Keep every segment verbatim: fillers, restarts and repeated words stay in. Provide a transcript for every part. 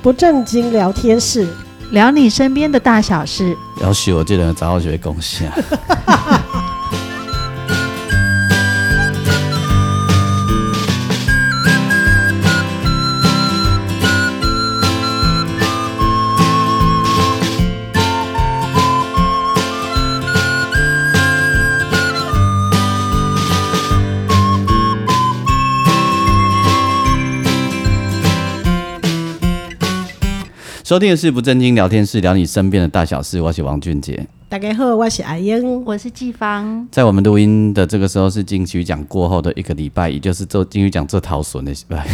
不正经聊天室， 聊你身边的大小事。 要是我这人早就会贡献。收听的是不正经聊天室，聊你身边的大小事。我是王俊杰。 大家好，我是阿英， 我是季芳。 在我们录音的这个时候是金曲奖过后的一个礼拜，也就是做金曲奖做桃笋的礼拜。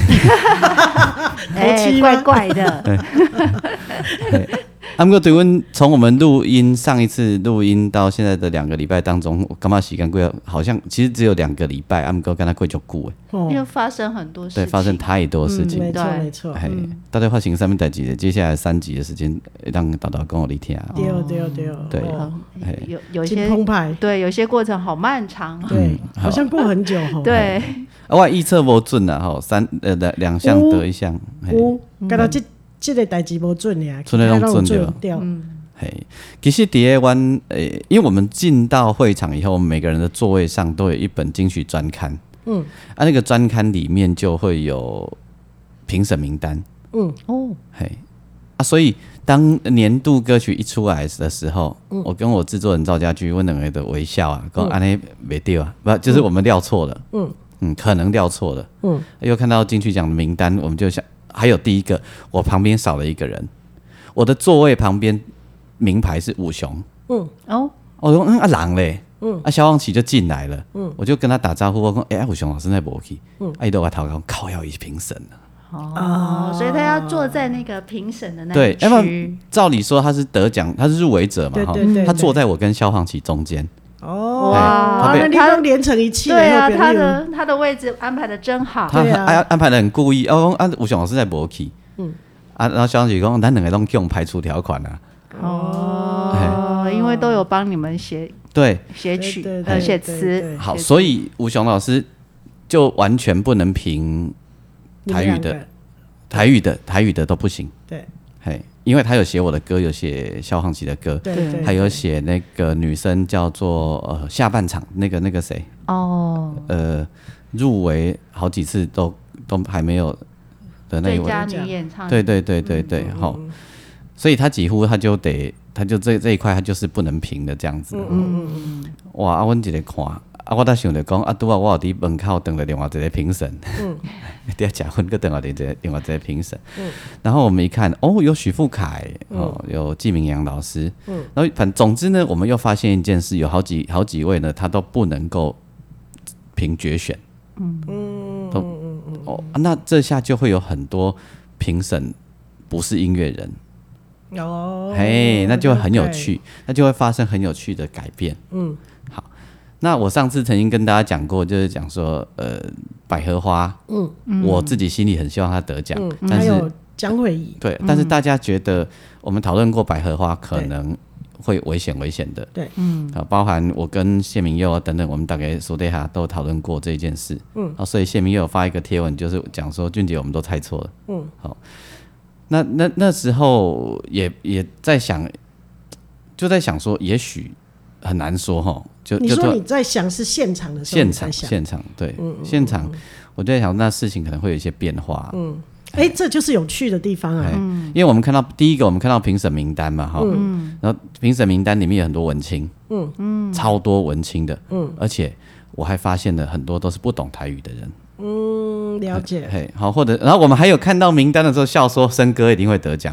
哎，怪怪的。 啊，不过对阮从我们录音上一次录音到现在的两个礼拜当中，我感觉时间过好像其实只有两个礼拜，啊，不过跟他过就久哎，因为发生很多事情， 对，发生太多事情， 嗯、没错没错。 哎，大家发生什么代志？接下来三集的时间，让导导跟我理听。 对对对对， 哦、有有一些澎湃， 对，有些过程好漫长， 对，嗯、好像过很久哈。 对， 啊，我预测无准啊，吼，三呃两项得一项， 有，刚才这这个代志无准呀， 准的拢准掉。 嗯，嘿，其实伫个湾，诶，因为我们进到会场以后，我们每个人的座位上都有一本金曲专刊，嗯，啊，那个专刊里面就会有评审名单，嗯，哦，嘿，啊，所以当年度歌曲一出来的时候，嗯、我跟我制作人赵家驹，我两个的微笑啊，讲安尼袂对啊，不，就是我们料错了，嗯嗯，可能料错了，嗯，又看到金曲奖的名单，我们就想，还有第一个，我旁边少了一个人，我的座位旁边。名牌是武雄，嗯，哦，我说嗯啊人嘞，嗯，啊萧煌奇就进来了，嗯，我就跟他打招呼，我说哎、欸，武雄老师在没去，嗯，啊伊都我头讲靠要一评审了， 哦，所以他要坐在那个评审的那对， 区， 要不然照理说他是得奖，他是入围者嘛， 对对 对, 對， 他坐在我跟萧煌奇中间， 哦，哇，那地方连成一气， 对啊，他的他的位置安排的真好， 他安安排的很故意，哦，啊武雄老师在没去，嗯，啊然后萧煌奇讲咱两个都用排除条款啊。 哦，因为都有帮你们写对写曲呃写词， 好，所以吴雄老师就完全不能评台语的，台语的台语的都不行。 对， 嘿，因为他有写我的歌，有写萧煌奇的歌， 对， 还有写那个女生叫做呃下半场那个那个谁哦，呃入围好几次都都还没有的那一位最佳女演唱， 对对对对对，好。嗯所以他几乎他就得，他就这这一块他就是不能评的这样子。嗯嗯嗯。哇！啊，我一个看，啊，我在想着讲，啊，拄啊，我有伫门口等了另外一个评审。嗯。伫食薰，佮等了另外另外一个评审。嗯。然后我们一看，哦，有许富凯，哦，有纪明阳老师。嗯。然后反总之呢，我们又发现一件事，有好几好几位呢，他都不能够评决选。嗯嗯嗯嗯。哦，那这下就会有很多评审不是音乐人。哦，嘿，那就很有趣， okay. 那就会发生很有趣的改变。嗯，好，那我上次曾经跟大家讲过，就是讲说，呃，百合花，嗯，我自己心里很希望他得奖，嗯，但是还有江蕙怡， 对，嗯，但是大家觉得我们讨论过百合花可能会危险危险的， 对，嗯， 啊，包含我跟谢明佑等等，我们大概说对哈都讨论过这件事，嗯，啊，所以谢明佑有发一个贴文，就是讲说俊杰我们都猜错了，嗯，好。那那那时候也也在想，就在想说，也许很难说哈。就你说你在想是现场的时候， 现场现场对，嗯嗯现场，我就在想那事情可能会有一些变化。嗯， 哎、欸，这就是有趣的地方啊。 嗯，因为我们看到第一个，我们看到评审名单嘛，哈，嗯，然后评审名单里面有很多文青，嗯嗯，超多文青的，嗯，而且我还发现了很多都是不懂台语的人。 嗯，了解。 嘿，好，或者，然后我们还有看到名单的时候，笑说森哥一定会得奖。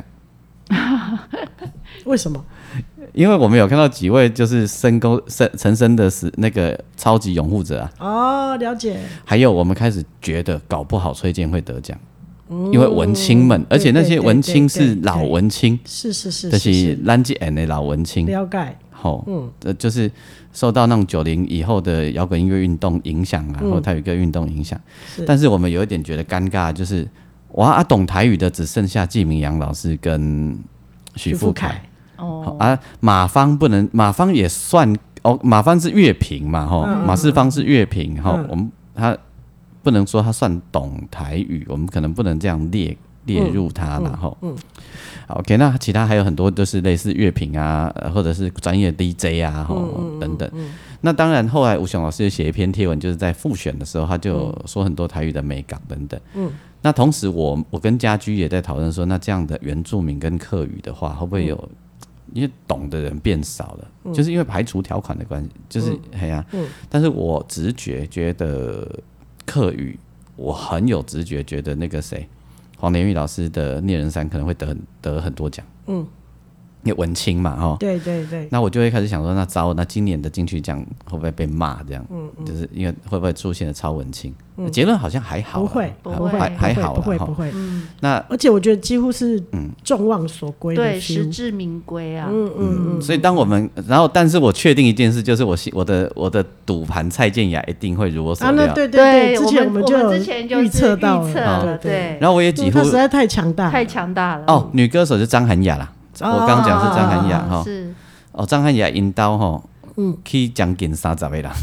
为什么？ 因为我们有看到几位就是森哥陈升的是那个超级拥护者啊。 哦，了解。 还有我们开始觉得搞不好崔健会得奖，嗯，因为文青们，而且那些文青是老文青， 是是是， 就是咱这样的老文青。 了解。 好，嗯，呃，就是受到那种九零以后的摇滚音乐运动影响啊，嗯，或台语歌运动影响，但是我们有一点觉得尴尬，就是哇，啊，懂台语的只剩下纪明阳老师跟许富凯，哦，啊，马芳不能，马芳也算哦，马芳是乐评嘛，哈，嗯，马世芳是乐评，哈，嗯，我们他不能说他算懂台语，我们可能不能这样列列入它，然后，嗯，好 ，OK， 那其他还有很多都是类似乐评啊，或者是专业 D J 啊，吼、嗯、等等。那当然，后来吴雄老师写一篇贴文，就是在复选的时候，他就有说很多台语的美感等等。嗯，那同时我我跟家居也在讨论说，那这样的原住民跟客语的话，会不会有？嗯因为懂的人变少了，嗯、就是因为排除条款的关系，就是哎呀、嗯嗯，但是我直觉觉得客语，我很有直觉觉得那个谁，黄连玉老师的《孽人山》可能会得很得很多奖，嗯，因为文青嘛，哈， 对对对， 那我就会开始想说，那糟，那今年的金曲奖会不会被骂？这样，嗯嗯，就是因为会不会出现了超文青？嗯、结论好像还好， 不会，不会， 还还好， 不会，不会。嗯， 那而且我觉得几乎是众望所归的， 对，实至名归啊。 嗯嗯嗯。 所以当我们，然后，但是我确定一件事，就是我我的我的赌盘蔡健雅一定会如我所料。 啊，那对对对，之前我们就之前就预测到了，对。 然后我也几乎， 他实在太强大， 太强大了。 哦，女歌手是张涵雅啦。我刚讲是张涵雅哈， 是哦，张涵雅引导哈，嗯，去将近三十个人，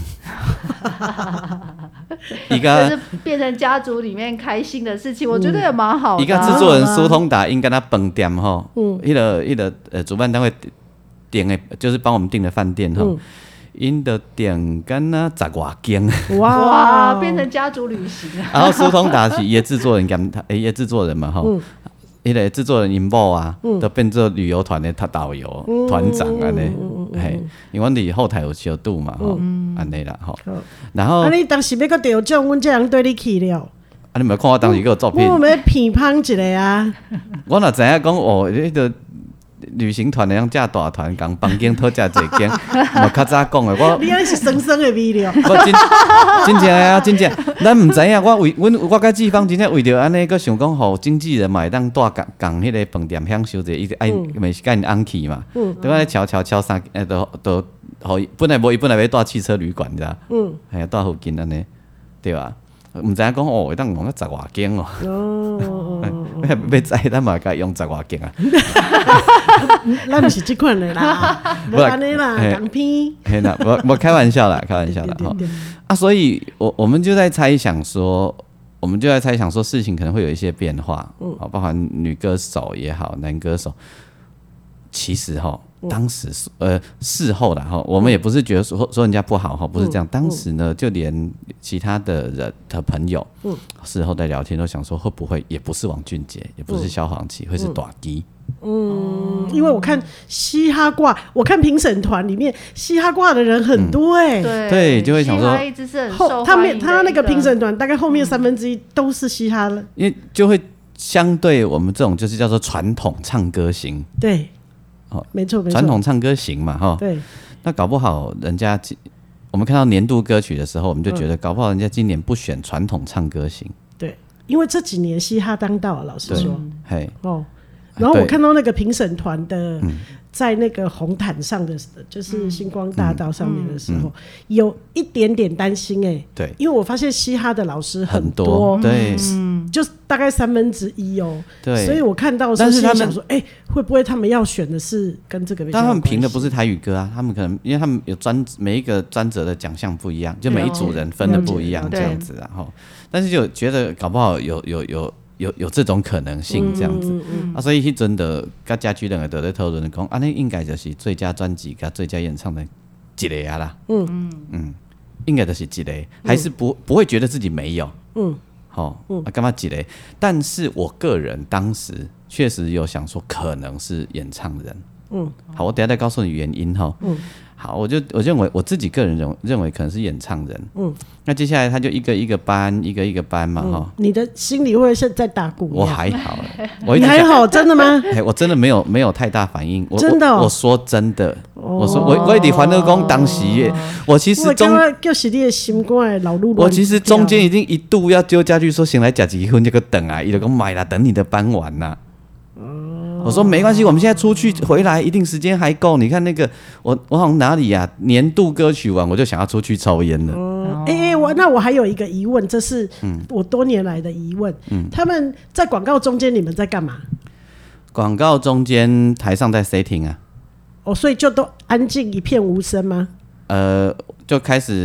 一个是变成家族里面开心的事情，我觉得也蛮好的。 一个制作人苏通达应该他饭店哈，嗯，一个一个呃主办单位订的，就是帮我们订的饭店哈，因的订干那十外间， 哇，变成家族旅行啊。 然后苏通达是也制作人，兼他也制作人嘛哈。迄个制作人因某啊，嗯、都变做旅游团的他导游、团、嗯、长安尼，嘿、嗯，因为阮伫后台有小度嘛，吼、嗯，安尼啦，吼。然后， 啊，你当时要个得奖，阮这样对你去了。 啊，你没看我当时个照片？ 我们偏芳一个啊。 我若知影讲哦，迄、那个旅行团那样架大团，共房间讨价一间，我较早讲的我。 你安是生生的味料。 我真真正啊，真正，咱毋知影，我为阮我甲志芳真正为着安尼，佮想讲，互经纪人嘛会当带共共迄个饭店享受一下，伊爱每时间安去嘛，嗯，对我悄悄悄三，诶，都都，互本来无伊本来要带汽车旅馆，你知道？嗯，系啊，带附近安尼，对吧？毋知影讲哦，会当用个十外间哦。哦，要知咱嘛该用十外间啊。 咱毋是即款的啦，无安尼啦，港片。 嘿啦，我我开玩笑啦，开玩笑啦哈。啊，所以我我们就在猜想说，我们就在猜想说，事情可能会有一些变化，嗯，包含女歌手也好，男歌手，其实哈。当时呃事后啦哈，我们也不是觉得说说人家不好哈，不是这样。当时呢，就连其他的人的朋友，嗯，事后在聊天都想说，会不会也不是王俊杰，也不是萧煌奇，会是大基？ 嗯，因为我看嘻哈挂，我看评审团里面嘻哈挂的人很多哎、欸嗯， 对，就会想说， 一直是很受他们他那个评审团大概后面三分之一都是嘻哈了， 因为就会相对我们这种就是叫做传统唱歌型， 对。哦，没错没错， 传统唱歌型嘛，哈。对。那搞不好人家，我们看到年度歌曲的时候，我们就觉得搞不好人家今年不选传统唱歌型。 对，因为这几年嘻哈当道，老实说， 嘿。 哦，然后我看到那个评审团的。在那个红毯上的，就是星光大道上面的时候，嗯嗯、有一点点担心哎、欸， 对， 因为我发现嘻哈的老师很多， 很多对， 嗯，就大概三分之一哦， 对， 所以我看到的时候心里想说，哎、欸，会不会他们要选的是跟这个？ 但他们评的不是台语歌啊，他们可能因为他们有专每一个专责的奖项不一样，就每一组人分的不一样，这样子啊，哈，但是就觉得搞不好有有有。有有这种可能性这样子、嗯嗯嗯、啊，所以迄阵的甲家居两个都在讨论讲，啊，那应该就是最佳专辑甲最佳演唱的一个啊啦，嗯嗯嗯，应该就是一个，还是不不会觉得自己没有，嗯，好、哦，啊，干嘛一个？但是我个人当时确实有想说，可能是演唱人，嗯，好，我等一下再告诉你原因哈，嗯。好，我就我认为我自己个人认认为可能是演唱人，嗯，那接下来他就一个一个班，一个一个班嘛，哈、嗯。 你的心里会是在打鼓？ 我还好，我你还好，真的吗？ 哎，我真的没有没有太大反应，我真的、哦我， 我说真的，哦、我说我我一直还乐讲当时，我其实中就是你的心肝老路， 我其实中间已经一度要丢下去说先来吃几分这个等啊，伊就讲买啦，等你的班完啦。我说没关系，我们现在出去回来一定时间还够。你看那个，我我好像哪里啊？年度歌曲完我就想要出去抽烟了。 哦，哎、欸，我那我还有一个疑问，这是我多年来的疑问。嗯，他们在广告中间，你们在干嘛？ 广告中间台上在 setting 啊。 哦，所以就都安静一片无声吗？ 呃，就开始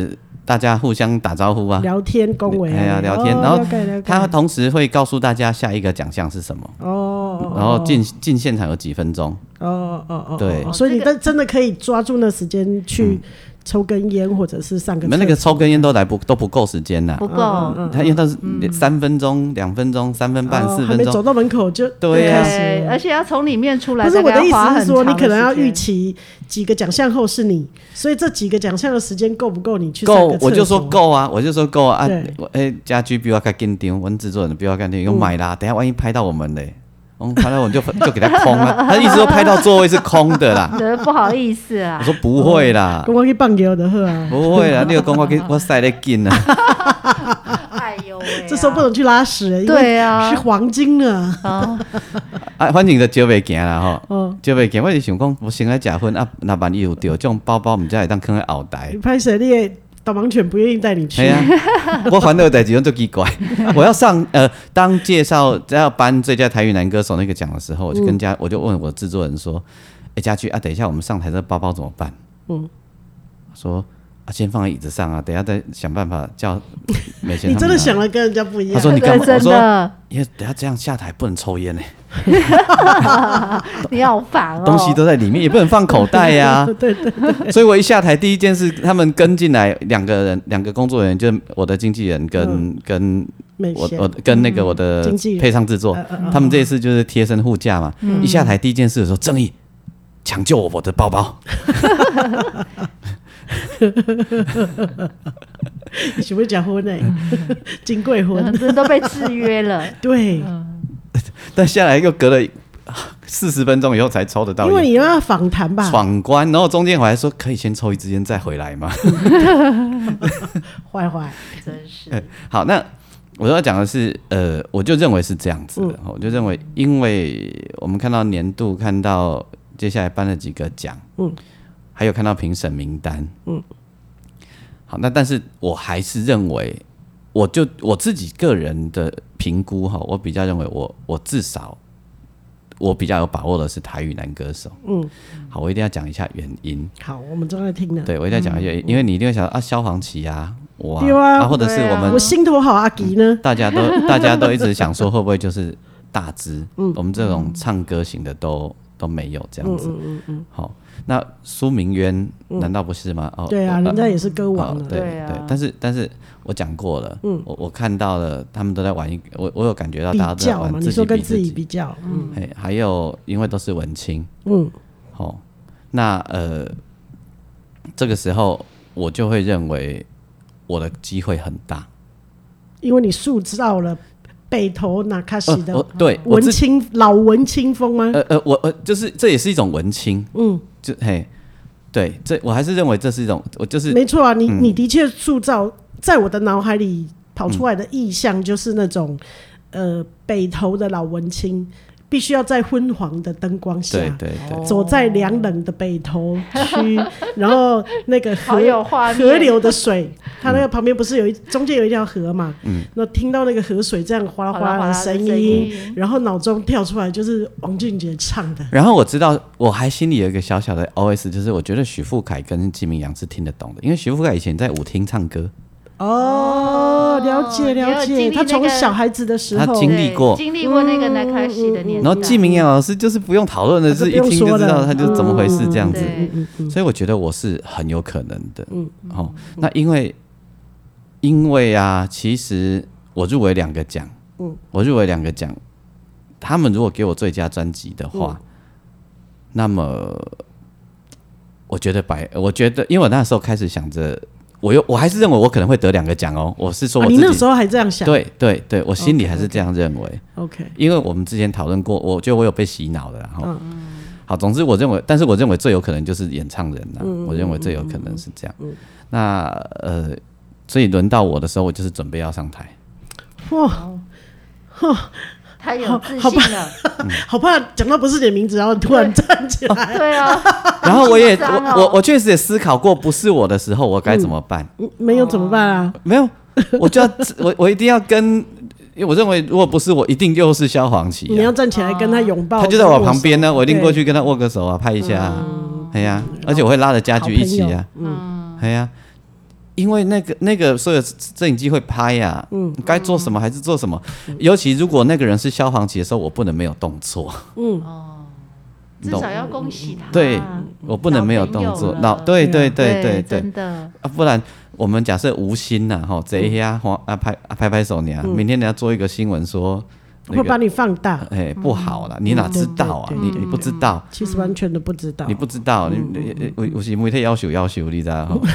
大家互相打招呼啊， 聊天恭维， 哎呀聊天， 哦、 然后了解了解他同时会告诉大家下一个奖项是什么， 哦， 然后进进现场有几分钟， 哦哦哦， 对哦所以你真真的可以抓住那时间去抽根烟，或者是上个厕所。 你们那个抽根烟都来不都不够时间呐， 不够， 他因为他是三分钟、两分钟、三分半、四分钟， 还没走到门口就对啊， 开始， 而且要从里面出来。 不是我的意思是说，你可能要预期期几个奖项后是你，所以这几个奖项的时间够不够你去上个厕所？ 够，我就说够啊，我就说够啊。 对我哎，家居比我更紧张，我们制作人比我更紧张，有买啦，等一下万一拍到我们嘞。嗯，拍到我就就给他空了，他一直都拍到座位是空的啦。 不好意思啊， 我说不会啦， 跟我去棒球的好啊， 不会啦，你有讲我去我塞得紧啊。 哎呦喂、啊， 这时候不能去拉屎、欸， 对啊， 是黄金啊。 啊，反正就招袂行啦吼， 哦， 招袂行。我是想讲，我先来食薰啊，那万一有着这种包包，唔知会当放在后台你。拍谁？你的导盲犬不愿意带你去。 对啊，我烦恼的代志就奇怪。我要上呃，当介绍要颁最佳台语男歌手那个奖的时候，我就跟家、嗯、我就问我制作人说：“哎、欸，家驹啊，等一下我们上台这包包怎么办？”嗯，说啊，先放在椅子上啊，等一下再想办法叫美贤。 你真的想的跟人家不一样。 他说你干嘛？ 我说因为等一下这样下台不能抽烟呢、欸。 你好烦哦， 东西都在里面，也不能放口袋呀、啊。 对对对。 所以我一下台第一件事，他们跟进来两个人，两个工作人员，就是我的经纪人跟、嗯、跟我我跟那个我的配唱制作，嗯、他们这一次就是贴身护驾嘛。嗯、一下台第一件事的时候，正义抢救我的包包。 你是不是结婚呢？金贵婚， 真都被制约了。 对。 嗯但下来又隔了四十分钟以后才抽得到， 因为你要访谈吧， 闯关，然后中间我还说可以先抽一支烟再回来吗？ 坏坏， 真是、 嗯。好，那我要讲的是，呃，我就认为是这样子的，嗯、我就认为，因为我们看到年度，看到接下来颁了几个奖，嗯，还有看到评审名单，嗯，好，那但是我还是认为。我就我自己个人的评估哈，我比较认为我我至少我比较有把握的是台语男歌手。嗯，好，我一定要讲一下原因。 好，我们正在听呢。 对，我一定要讲一下，嗯、因为你一定会想到啊，萧煌奇啊，我啊, 啊, 啊，或者是我们， 我心头好阿吉呢。 大家都大家都一直想说，会不会就是大支？嗯，我们这种唱歌型的都都没有这样子。嗯嗯嗯。好，那苏明渊难道不是吗？ 哦，对啊，人家也是歌王了。 对对，但是但是。我讲过了，嗯，我我看到了，他们都在玩一个，我我有感觉到大家都在玩自己比自己， 你说跟自己比较，嗯， 哎，还有因为都是文青， 嗯， 好、哦，那呃，这个时候我就会认为我的机会很大， 因为你塑造了北投那卡西的、呃、 对文青老文青风吗？ 呃呃，我呃就是这也是一种文青，嗯，就嘿，对，这我还是认为这是一种，我就是没错啊，你、嗯、你的确塑造。在我的脑海里跑出来的意象就是那种，嗯、呃，北投的老文青，必须要在昏黄的灯光下， 对对对， 走在凉冷的北投区，然后那个河河流的水，它那个旁边不是有一中间有一条河嘛，嗯，那听到那个河水这样哗啦哗啦的声音，然后脑中跳出来就是王俊杰唱的。 然后我知道，我还心里有一个小小的 O S， 就是我觉得许富凯跟纪明洋是听得懂的，因为许富凯以前在舞厅唱歌。 哦，了解了解，他从小孩子的时候， 他经历过， 经历过那个南开戏的年代。 然后纪明洋老师就是不用讨论的，是一听就知道他就怎么回事这样子。所以我觉得我是很有可能的。嗯，好，那因为因为啊，其实我入围两个奖，嗯，我入围两个奖，他们如果给我最佳专辑的话，那么我觉得百，我觉得，因为我那时候开始想着。我又我还是认为我可能会得两个奖哦，我是说我自己、 啊、你那时候还这样想？ 对对对，我心里还是这样认为。 OK，, okay. 因为我们之前讨论过，我觉得我有被洗脑的，然后、嗯、好，总之我认为，但是我认为最有可能就是演唱人啦、嗯，我认为最有可能是这样。嗯、那呃，所以轮到我的时候，我就是准备要上台。 哇，哈。 太有自信了， 好怕讲到不是你的名字，然后突然站起来。 对啊， 然后我也我我我确实也思考过，不是我的时候我该怎么办？ 嗯、没有怎么办啊？ 没有，我就要我我一定要跟，因为我认为如果不是我，一定又是萧煌奇、啊。 你要站起来跟他拥抱， 他就在我旁边呢，我一定过去跟他握个手啊，拍一下啊，哎呀、嗯，而且我会拉着家具一起啊，嗯，哎呀。 因为那个那个所有摄影机会拍呀、啊，嗯，该做什么还是做什么。嗯、尤其如果那个人是消防旗的时候，我不能没有动作。 嗯哦，至少要恭喜他。 对，我不能没有动作。老对对对对对， 真的啊，不然我们假设无心呐，哈，这一下啊拍啊拍拍手你啊，明天你要做一个新闻说。那個、 会把你放大， 哎、欸，不好啦、嗯，你哪知道啊？嗯、你你不知道， 其实完全都不知道， 你不知道，嗯、你你我我是媒体要求要求，你知道哈？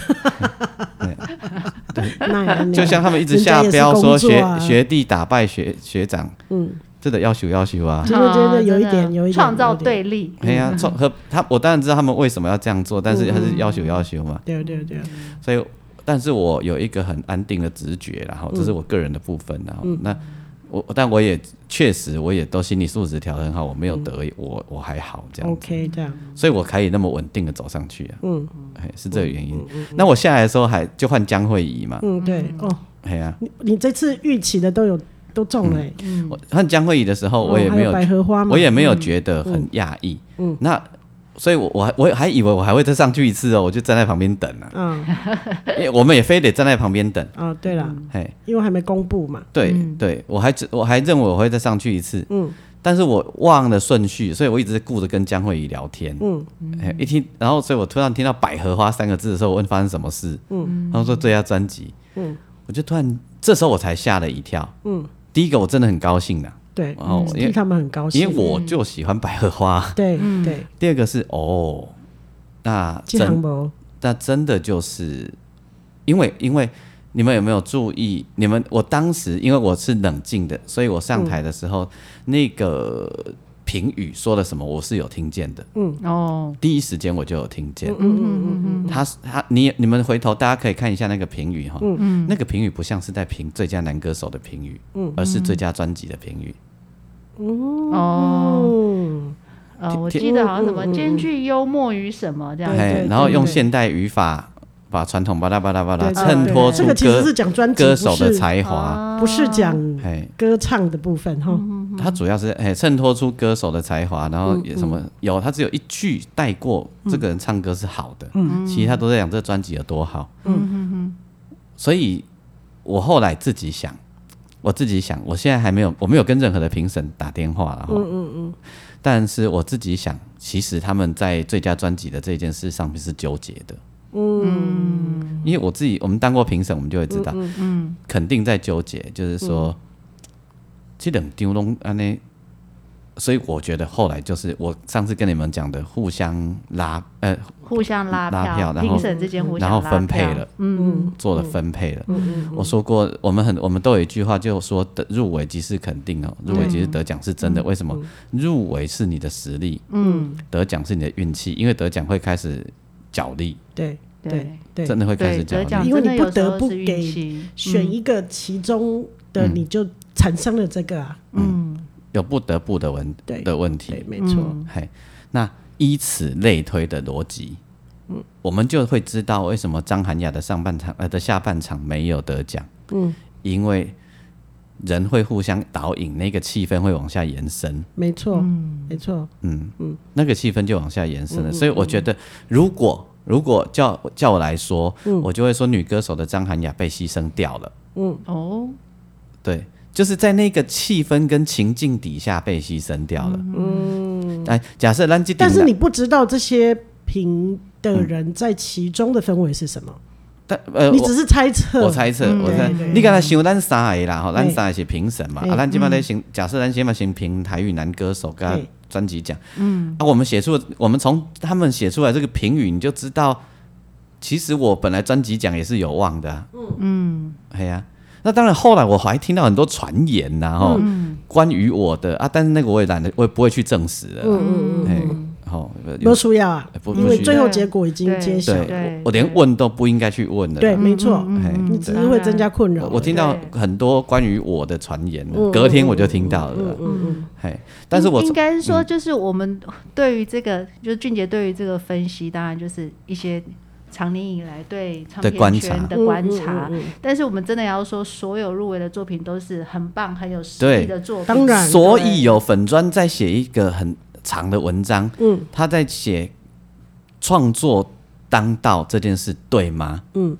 对，就像他们一直下标说学、啊、学弟打败学学长，嗯，这个要求要求啊， 真的真的有一点有一点创造对立， 哎呀、啊，和他我当然知道他们为什么要这样做，但是还是要求要求嘛， 对对对， 所以但是我有一个很安定的直觉，然后这是我个人的部分，然后、嗯、那。我但我也确实，我也都心理素质调得很好，我没有得，嗯、我我还好这样 ，OK 这样， 所以我可以那么稳定的走上去啊，嗯，是这个原因。嗯嗯嗯、那我下来的时候还就换江慧仪嘛， 嗯对哦， 哎呀、啊， 你你这次预期的都有都中了、欸， 嗯，我换江慧仪的时候，我也没有、 哦、百合花嘛， 我也没有觉得很讶异，嗯，那。所以我，我我我还以为我还会再上去一次哦，我就站在旁边等啊。嗯，因为我们也非得站在旁边等。 哦，对了， 嘿， 因为还没公布嘛。 对、嗯、对，我还我还认为我会再上去一次。嗯，但是我忘了顺序，所以我一直顾着跟江慧仪聊天。嗯，一听，然后所以我突然听到“百合花”三个字的时候，我问发生什么事。嗯，他说最佳专辑。嗯，我就突然这时候我才吓了一跳。嗯，第一个我真的很高兴的。 对，哦，因为他们很高兴， 因为我就喜欢百合花。 对、嗯、对。 第二个是哦，那真那真的就是因为因为你们有没有注意？你们我当时因为我是冷静的，所以我上台的时候、嗯、那个评语说了什么，我是有听见的。嗯哦，第一时间我就有听见。嗯嗯嗯嗯，他他你你们回头大家可以看一下那个评语哈。嗯嗯，那个评语不像是在评最佳男歌手的评语，嗯，而是最佳专辑的评语。 哦，呃，我记得好像什么兼具幽默与什么这样， 对，然后用现代语法把传统巴拉巴拉巴拉衬托出歌、 这个、其实是讲专辑歌手的才华， 不是讲歌唱的部分哈。 它主要是哎衬托出歌手的才华，然后也什么、嗯嗯、有，他只有一句带过、嗯、这个人唱歌是好的，嗯，其他都在讲这个专辑有多好，嗯嗯嗯。所以我后来自己想。我自己想，我现在还没有，我没有跟任何的评审打电话了，嗯嗯嗯。但是我自己想，其实他们在最佳专辑的这件事上面是纠结的，嗯。因为我自己，我们当过评审，我们就会知道，嗯, 嗯肯定在纠结，就是说，这两张都安呢。所以我觉得后来就是我上次跟你们讲的，互相拉，呃， 互相拉票， 拉票然后评审之间互相拉票，然后分配了，嗯，做了分配了。嗯嗯，我说过，我们很，我们都有一句话，就说的入围即是肯定哦，入围即是得奖是真的。嗯、为什么？入围是你的实力，嗯，得奖是你的运气，因为得奖会开始角力， 对对对， 真的会开始角力， 因为你不得不给选一个其中的，你就产生了这个啊，嗯。 有不得不的问的问题， 对，没错。 嘿、嗯，那依此类推的逻辑，嗯，我们就会知道为什么张涵雅的上半场呃的下半场没有得奖，嗯，因为人会互相导引，那个气氛会往下延伸， 没错，嗯、没错， 嗯嗯，那个气氛就往下延伸了。嗯、所以我觉得，如果如果叫叫我来说、嗯，我就会说女歌手的张涵雅被牺牲掉了，嗯哦，对。就是在那个气氛跟情境底下被牺牲掉了。嗯，哎，假设咱这， 但是你不知道这些评的人在其中的氛围是什么。但呃，你只是猜测。 我猜测，我猜。你刚才想咱三个啦，吼，咱三个是评审嘛，啊，咱今摆在先，假设咱先嘛先评台语男歌手跟专辑奖。嗯。啊，我们写出，我们从他们写出来这个评语，你就知道，其实我本来专辑奖也是有望的、啊。嗯嗯，哎呀、啊。那当然，后来我还听到很多传言呐、啊，嗯，关于我的啊，但是那个我也懒得，我也不会去证实了。嗯嗯嗯，好， 不需要啊，因为最后结果已经揭晓。 我连问都不应该去问了。 对，没错，你只是会增加困扰。 我听到很多关于我的传言，隔天我就听到了。嗯嗯嗯，嘿，但是我应该是说，就是我们对于这个，就是俊杰对于这个分析，当然就是一些。长年以来对唱片圈的观察，嗯嗯嗯嗯、但是我们真的要说，所有入围的作品都是很棒、很有实力的作品。 当然， 所以有粉专在写一个很长的文章，嗯，他在写创作当道这件事对吗？嗯，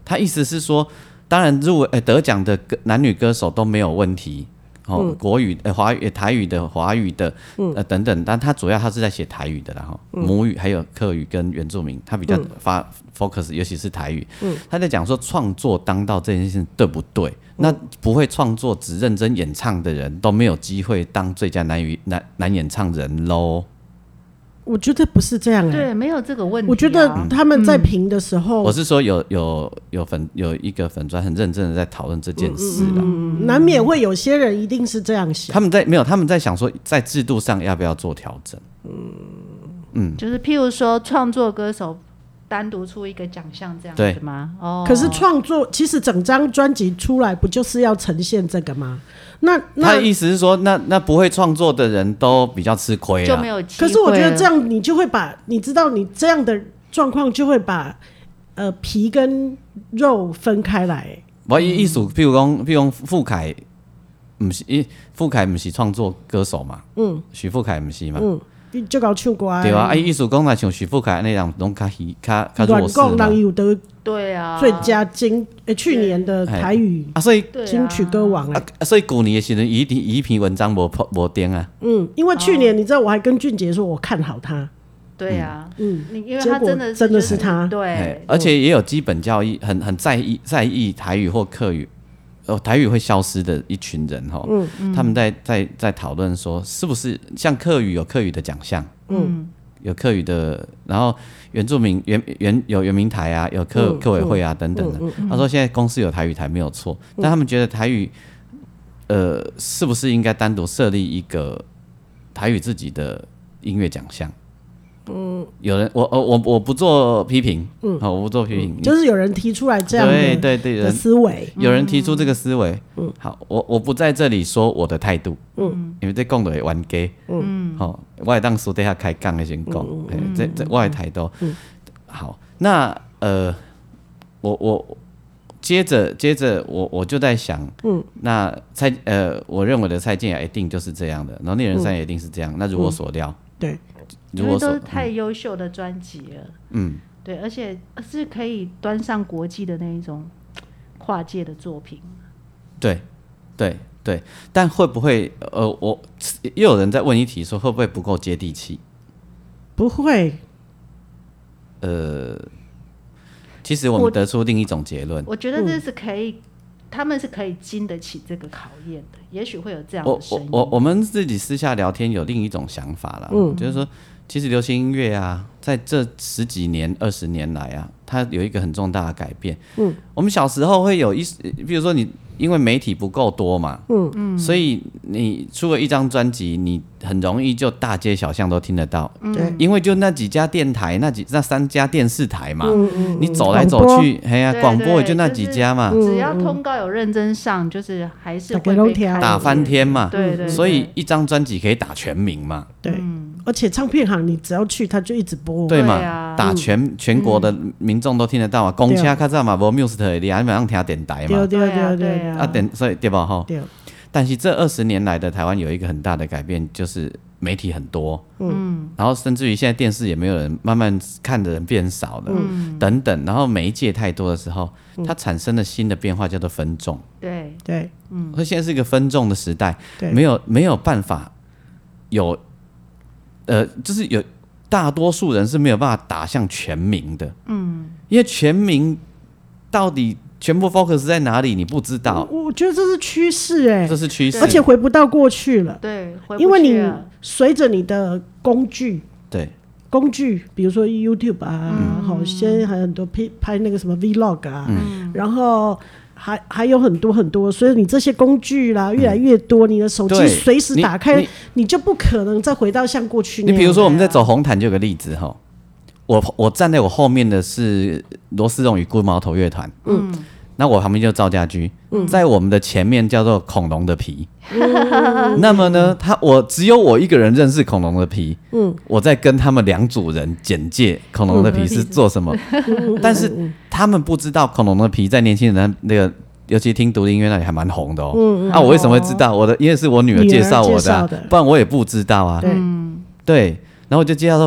他意思是说，当然入围、欸、得奖的男女歌手都没有问题。哦，嗯、国语、呃华语、台语的、华语的，嗯、呃等等，但他主要他是在写台语的啦，哈、嗯，母语还有客语跟原住民，他比较发、嗯、focus， 尤其是台语，嗯，他在讲说创作当道这件事情对不对？嗯、那不会创作只认真演唱的人都没有机会当最佳男语男男演唱人喽。 我觉得不是这样、欸， 对，没有这个问题、啊。 我觉得他们在评的时候， 嗯、我是说有有有粉有一个粉专很认真的在讨论这件事啦、 嗯嗯，难免会有些人一定是这样想。 他们在没有，他们在想说在制度上要不要做调整。嗯嗯，就是譬如说创作歌手单独出一个奖项这样子吗？哦， 可是创作其实整张专辑出来不就是要呈现这个吗？那, 那他的意思是说，那那不会创作的人都比较吃亏， 就没有机会。 可是我觉得这样，你就会把你知道，你这样的状况就会把呃皮跟肉分开来。 我意思，譬如讲，譬如讲傅凯，不是，傅凯不是创作歌手嘛？嗯，许富凯不是嘛？嗯。 就搞唱歌对啊，啊，艺术讲来像许富凯那样，拢较较较弱势嘛。 乱讲人有得对啊， 最佳金诶，去年的台语啊，所以金曲歌王啊， 啊所以去年的时候，伊伊一篇文章无无登啊。 嗯，因为去年、哦、你知道，我还跟俊杰说，我看好他。 对啊，嗯，因为他真的是、就是、 真的是他， 对， 而且也有基本教育，很很在意在意台语或客语。哦，台语会消失的一群人哈、嗯嗯，他们在在在讨论说，是不是像客语有客语的奖项，嗯，有客语的，然后原住民原原有原民台啊，有客、嗯、客委会啊等等的、嗯嗯。他说现在公司有台语台没有错、嗯，但他们觉得台语，呃，是不是应该单独设立一个台语自己的音乐奖项？嗯，有人我我我不做批评，嗯，好，我不做批评、嗯， 就是有人提出来这样的对对对的思维， 有人提出这个思维，嗯，好，我我不在这里说我的态度，嗯，因为这讲的会冤家，嗯，好，我会当私底下开讲的先讲，嗯，这这我的态度，嗯，好，那呃，我我接着接着我我就在想，嗯，那蔡呃，我认为的蔡健雅一定就是这样的，然后猎人山也一定是这样，嗯、那如我所料， 嗯、对。 因为都是太优秀的专辑了，嗯，对，而且是可以端上国际的那一种跨界的作品， 对，对，对，但会不会呃，我又有人在问一题说会不会不够接地气？ 不会， 呃，其实我们得出另一种结论， 我觉得这是可以。嗯他们是可以经得起这个考验的，也许会有这样的声音。 我我我们自己私下聊天有另一种想法啦，嗯，就是说，其实流行音乐啊，在这十几年、二十年来啊，它有一个很重大的改变。嗯，我们小时候会有一，比如说你因为媒体不够多嘛，嗯嗯，所以你出了一张专辑，你很容易就大街小巷都听得到，对、嗯，因为就那几家电台，那几那三家电视台嘛，嗯嗯，你走来走去，哎呀，广播也就那几家嘛， 就是、只要通告有认真上，就是还是会被开打翻天嘛， 对 对, 对， 所以一张专辑可以打全民嘛， 对。嗯而且唱片行你只要去，他就一直播， 对嘛？啊、打全、嗯、全国的民众都听得到嘛。公车较早嘛无 music 的，你还马上听电台嘛。 对对对对啊，电所以对吧？哈。对。但是这二十年来的台湾有一个很大的改变，就是媒体很多，嗯，然后甚至于现在电视也没有人，慢慢看的人变少了，嗯，等等，然后媒介太多的时候，嗯、它产生了新的变化，叫做分众。 对对， 嗯，所以现在是一个分众的时代，没有没有办法有。呃，就是有大多数人是没有办法打向全民的，嗯，因为全民到底全部 focus 在哪里，你不知道。 我, 我觉得这是趋势，哎， 这是趋势， 而且回不到过去了， 对，回不去了， 因为你随着你的工具， 对， 工具，比如说 YouTube 啊，好、嗯，现在还有很多拍拍那个什么 Vlog 啊，嗯、然后。还还有很多很多，所以你这些工具啦越来越多，嗯、你的手机随时打开你，你就不可能再回到像过去那样。 你比如说我们在走红毯就有个例子哈，我我站在我后面的是罗斯荣与龟毛头乐团，嗯，那我旁边就是赵家驹，嗯，在我们的前面叫做恐龙的皮，嗯、那么呢，他我只有我一个人认识恐龙的皮，嗯，我在跟他们两组人简介恐龙的皮是做什么，嗯、但是他们不知道恐龙的皮在年轻人那个，尤其听独立音乐那里还蛮红的哦。嗯、啊，我为什么会知道？我的因为是我女儿介绍我的、啊，不然我也不知道啊。对，对然后我就介绍说，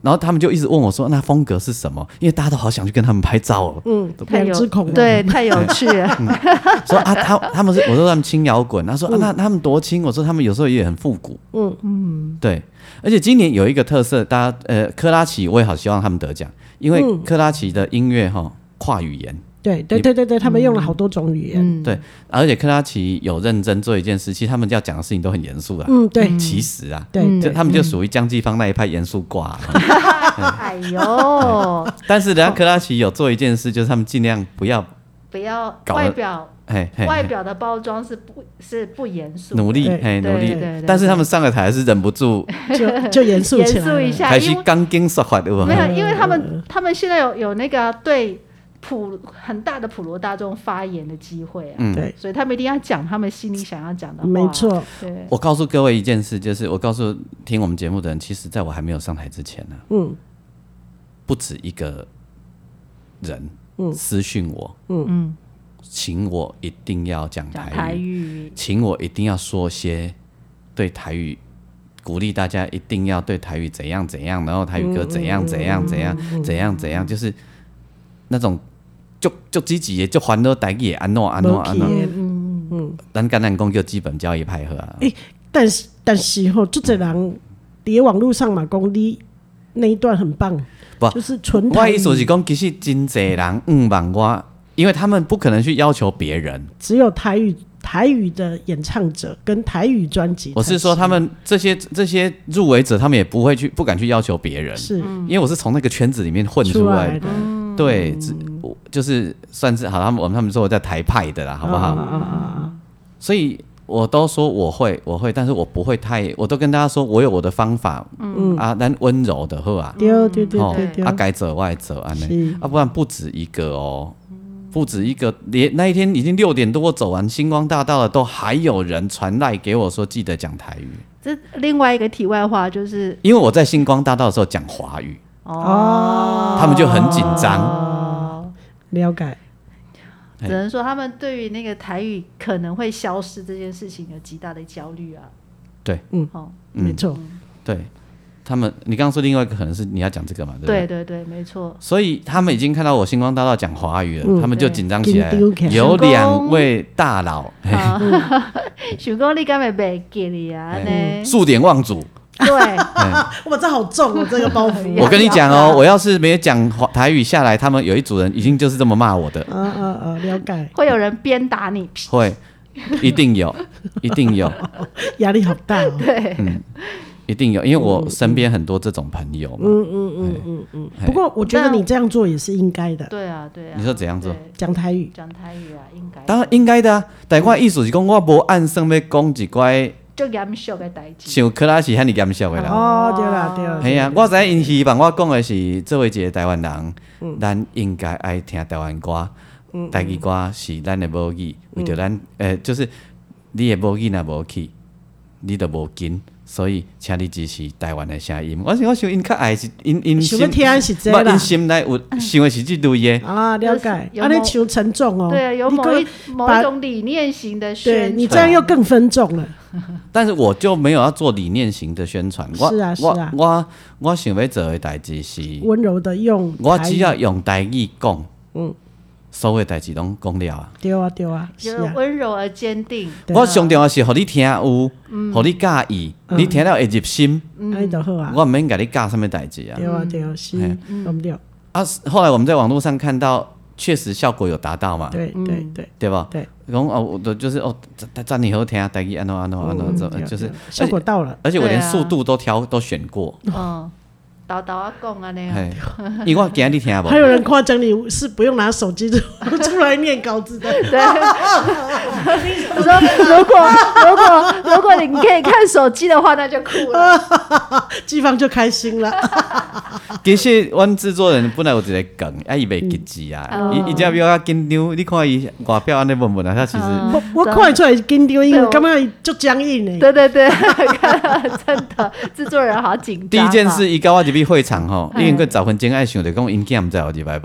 然后他们就一直问我说：“那风格是什么？”因为大家都好想去跟他们拍照哦。 嗯， 太有两只恐龙， 对，太有趣了。 嗯、说啊，他他们是我说他们轻摇滚，他说、嗯、啊，那他们多轻？我说他们有时候也很复古。嗯嗯，对。而且今年有一个特色，大家呃，珂拉琪我也好希望他们得奖，因为珂拉琪的音乐哈跨语言。 对对对对对，他们用了好多种语言。 嗯、对，而且珂拉琪有认真做一件事，其实他们要讲的事情都很严肃啦。 嗯，对。 其实啊， 对， 就他们就属于江继芳那一派严肃挂。 哎呦！ 但是人家珂拉琪有做一件事，就是他们尽量不要不要外表。 嘿嘿外表的包装是不是不严肃， 努力嘿努力，但是他们上了台是忍不住就就严肃起来， 严肃一下， 开始钢筋说法对吧？ 没有，因为他们他们现在有有那个对普很大的普罗大众发言的机会啊， 嗯， 对， 所以他们一定要讲他们心里想要讲的话， 没错。 对， 我告诉各位一件事，就是我告诉听我们节目的人，其实在我还没有上台之前呢、啊，嗯，不止一个人私讯我，嗯嗯。请我一定要讲台 语, 台语请我一定要说些对台语鼓励大家一定要对台语怎样怎样，然后台语歌怎样怎样怎样、嗯、怎样怎样，就是那种就就积极的就欢乐台语安怎安怎安怎，嗯嗯，咱橄榄公就基本教育派合啊。 欸、但是但是吼，就这人在网络上嘛讲你那一段很棒，不就是纯台语。 我意思是讲，其实真侪人嗯望我。因为他们不可能去要求别人， 只有台语台语的演唱者跟台语专辑。 我是说，他们这些这些入围者，他们也不会去不敢去要求别人， 是因为我是从那个圈子里面混出来的。来的对、嗯，就是算是好，他们我们他们说我在台派的啦，好不好？啊啊啊、所以我都说我会我会，但是我不会太，我都跟大家说我有我的方法，嗯啊，但温柔的好啊， 对对对对对， 啊该走我也走安尼，啊不然不止一个哦。不止一个，连那一天已经六点多，我走完星光大道了，都还有人传赖给我说记得讲台语。 这另外一个题外话就是， 因为我在星光大道的时候讲华语，哦，他们就很紧张、哦。 了解， 只能说他们对于那个台语可能会消失这件事情有极大的焦虑啊。 对， 嗯，哦，没错、嗯， 对。他们，你刚刚说另外一个可能是你要讲这个嘛，对不对？ 对对对，没错。 所以他们已经看到我星光大道讲华语了、嗯，他们就紧张起来了。有两位大佬， 想讲你敢会袂记你啊？呢， 数典忘祖。 对， 哇，这好重哦，这个包袱。 我跟你讲哦，我要是没有讲台语下来，他们有一组人已经就是这么骂我的。 嗯嗯嗯，了解。 会有人鞭打你？ 会，一定有，一定有。 压力好大哦。 对， 嗯。一定有，因为我身边很多这种朋友嘛。 嗯嗯嗯嗯嗯。不过我觉得你这样做也是应该的。 对啊对啊。 你说怎样做？ 讲台语。 讲台语啊，应该。 当然应该的啊，但我意思是讲，我无按算要讲一寡足严肃的代志。 像珂拉琪遐尼严肃的啦。 哦，对啦对啦。 系啊，我知因希望我讲的是，作为一个台湾人，嗯、咱应该爱听台湾歌。嗯。台语歌是咱的母语，为着咱诶、呃，就是你的母语若无去，你就无紧。所以，请你支持台湾的声音。我想，我想因较爱是因因心，想要听是这啦， 因心内有想的是这类的。 啊，了解。啊，你求沉重哦。 对啊，有某一某一种理念型的宣传。 对你这样又更分众了。 但是我就没有要做理念型的宣传。 是啊，是啊。 我我我想要做的代志是温柔的用。 我只要用台语讲。嗯。所有代志拢讲了啊， 对啊对啊， 是啊，温柔而坚定。 我上重要是，互你听有，互你介意，你听了会入心， 安尼就好啊。 我唔免甲你教什么代志啊。 对啊对啊，是，对不对？ 啊，后来我们在网络上看到，确实效果有达到嘛。 对对对， 对吧？ 对， 讲哦，我就是哦，赞你好听，台语安怎安怎安怎，就是效果到了， 而且我连速度都调都选过。 嗯。叨叨啊讲啊那样， 因为我今日你听无。 还有人夸奖你是不用拿手机出来念稿子的。 对，我说如果如果如果你可以看手机的话，那就酷了。 季芳就开心了。 其实阮制作人本来有一个梗，啊伊袂记字啊，伊伊只表较紧张，你看伊外表安尼问问啊，他其实我我看出来紧张，因为感觉就僵硬诶。 对对对，真的制作人好紧张。 第一件事，伊甲我入去会场吼，因为佮十分钟爱想着讲因囝毋知有入来无。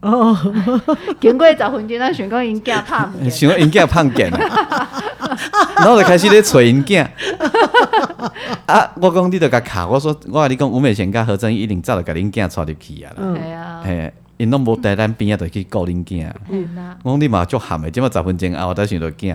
哦， 经过十分钟，咱想讲因囝拍唔想讲因囝胖见啊，然后就开始咧找因囝。啊，我讲你著甲卡，我说我甲你讲，吴美贤甲何正义一定早就甲恁囝带入去啊啦。 系啊， 嘿，因拢无在咱边仔，就去顾恁囝。我讲你嘛足含的，即马十分钟后，我才想到囝。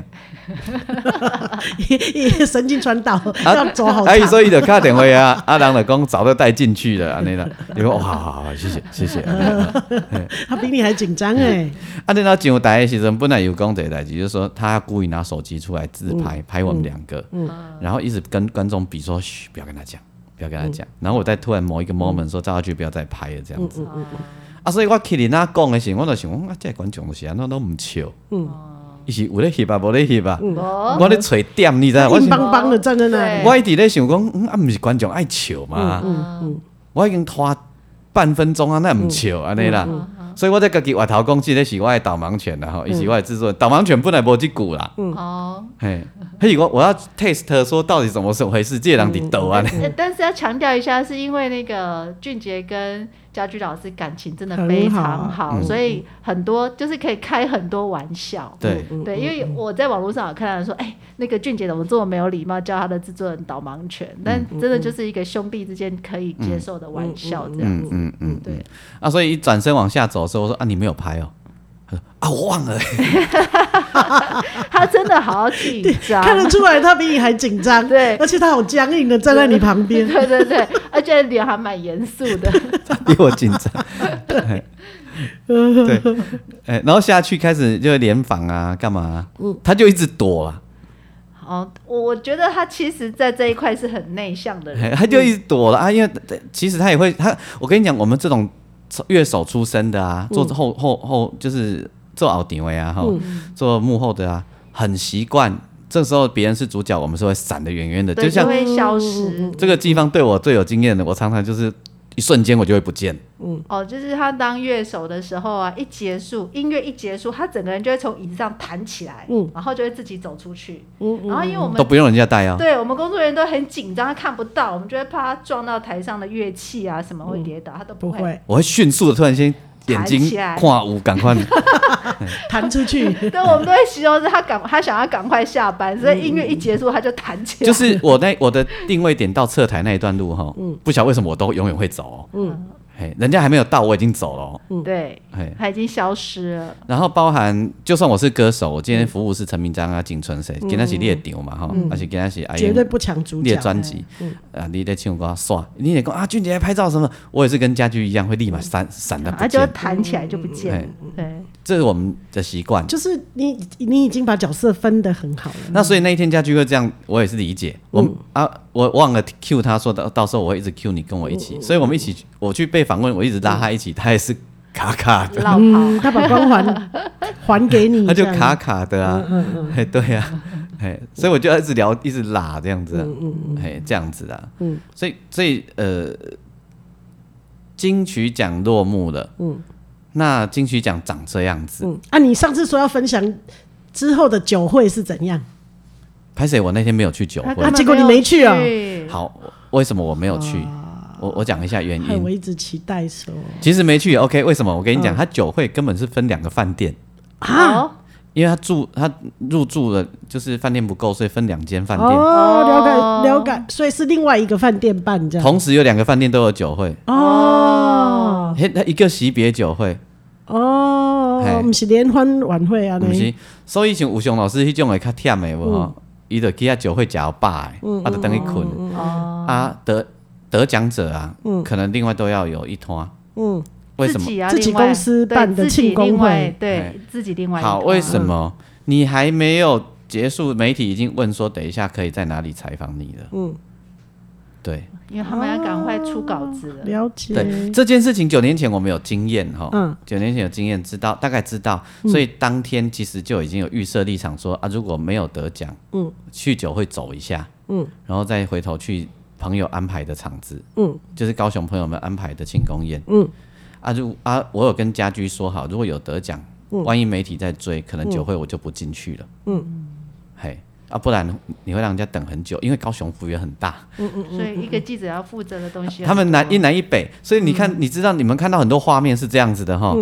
神经传导要走好长。 啊，所以就打电话啊，啊，人就讲早就带进去了，安尼啦。你说哇，好好好，谢谢谢谢。 他比你还紧张哎。 啊，你那上台的时阵，本来有讲这个代志，就是说他故意拿手机出来自拍，拍我们两个，然后一直跟观众比说，嘘，不要跟他讲，不要跟他讲。然后我再突然某一个 moment 说，赵家驹不要再拍了，这样子。啊，所以我去你那讲的时候，我就想，啊，这观众就是安怎都唔笑。伊是有咧翕啊，无咧翕啊。我咧找点，你知道？ 硬邦邦的站在那里。 我一直咧想讲，嗯，啊，唔是观众爱笑嘛？我已经拖半分钟啊，那唔笑安尼啦。所以我在家己话头讲，这个是我的导盲犬啦，吼，伊是我的制作人。导盲犬本来无这句啦。哦。嘿，嘿，我我要 test 说到底怎么回事，这个人伫倒啊。 但是要强调一下，是因为那个俊杰跟家驹老师感情真的非常好，好所以很多就是可以开很多玩笑。 对对，因为我在网络上有看到说，哎、欸，那个俊杰怎么这么没有礼貌，叫他的制作人导盲犬，但真的就是一个兄弟之间可以接受的玩笑这样子。嗯嗯嗯，对。啊， 所以一转身往下走的时候，我说啊，你没有拍哦。啊，我忘了、欸。 他真的好紧张， 看得出来他比你还紧张。对，而且他好僵硬的站在你旁边。 对对对，而且脸还蛮严肃的。 他比我紧张。对，对、欸，然后下去开始就联访啊，干嘛、啊？嗯，他就一直躲啊。 哦，我觉得他其实，在这一块是很内向的人。 他就一直躲了啊，因为其实他也会，他我跟你讲，我们这种乐手出身的啊，做后后后就是做后场的啊，嗯、做幕后的啊，很习惯。这时候别人是主角，我们是会闪得远远的，就像就会消失。 这个地方对我最有经验的，我常常就是一瞬间我就会不见。 嗯，哦，就是他当乐手的时候啊，一结束音乐一结束，他整个人就会从椅子上弹起来，嗯，然后就会自己走出去。嗯，然后因为我们都不用人家带啊， 对我们工作人员都很紧张，他看不到，我们就会怕他撞到台上的乐器啊什么会跌倒，嗯、他都不会。 不会， 我会迅速的突然间眼睛看有赶快弹出去。 对，我们都会形容是他赶，他想要赶快下班，所以音乐一结束他就弹起来。 就是我那我的定位点到侧台那一段路哈，嗯、不晓得为什么我都永远会走、哦。嗯。人家还没有到，我已经走了、哦。 嗯，对，他已经消失了。 然后包含，就算我是歌手，我今天服务是陈明章啊、景纯谁，今天是你的场嘛哈，而且今天是绝对不抢主角。 你的专辑，啊，你在唱歌刷，你得讲啊，俊杰拍照什么，我也是跟家驹一样，会立马闪闪的不见， 他就弹起来就不见了。对， 这是我们的习惯。就是你你已经把角色分得很好了。 那所以那一天家驹会这样，我也是理解。我啊，我忘了 cue 他说的，到时候我会一直 cue 你跟我一起，所以我们一起，我去被访问，我一直拉他一起，他也是卡卡的， 嗯，他把光环还给你， 他就卡卡的啊，嗯嗯嗯对啊，所以我就一直聊，一直拉这样子啊，嗯嗯嗯这样子啊，嗯，所以所以呃，金曲奖落幕了，嗯，那金曲奖长这样子，嗯啊，你上次说要分享之后的酒会是怎样？ 拍谁？我那天没有去酒会， 啊，结果你没去啊？ 好，为什么我没有去？我我讲一下原因。 我一直期待说， 其实没去 ，OK？ 为什么？我跟你讲，他酒会根本是分两个饭店啊，因为他住他入住了，就是饭店不够，所以分两间饭店。 哦，了解了解，所以是另外一个饭店办这样。 同时有两个饭店都有酒会哦，他一个惜别酒会哦，不是联欢晚会啊， 不是。所以像吴雄老师迄种会较忝的无吼，伊就去遐酒会食到饱的，啊，就等于困啊得。得奖者啊、嗯，可能另外都要有一团，嗯，为什么？ 自己啊， 自己公司办的庆功会， 对自己另外一好，为什么、嗯、你还没有结束？媒体已经问说，等一下可以在哪里采访你了？嗯，对， 因为他们要赶快出稿子了。 了解。 对这件事情，九年前我们有经验哈，嗯，九年前有经验，知道大概知道，所以当天其实就已经有预设立场说啊，如果没有得奖，嗯，去酒会走一下，嗯，然后再回头去。朋友安排的场子，嗯，就是高雄朋友们安排的庆功宴，嗯，啊，如啊，我有跟家驹说好，如果有得奖、嗯，万一媒体在追，可能酒会我就不进去了，嗯，嘿，啊，不然你会让人家等很久，因为高雄幅员很大， 嗯嗯，所以一个记者要负责的东西， 他们南一南一北，所以你看，嗯、你知道你们看到很多画面是这样子的哈，嗯、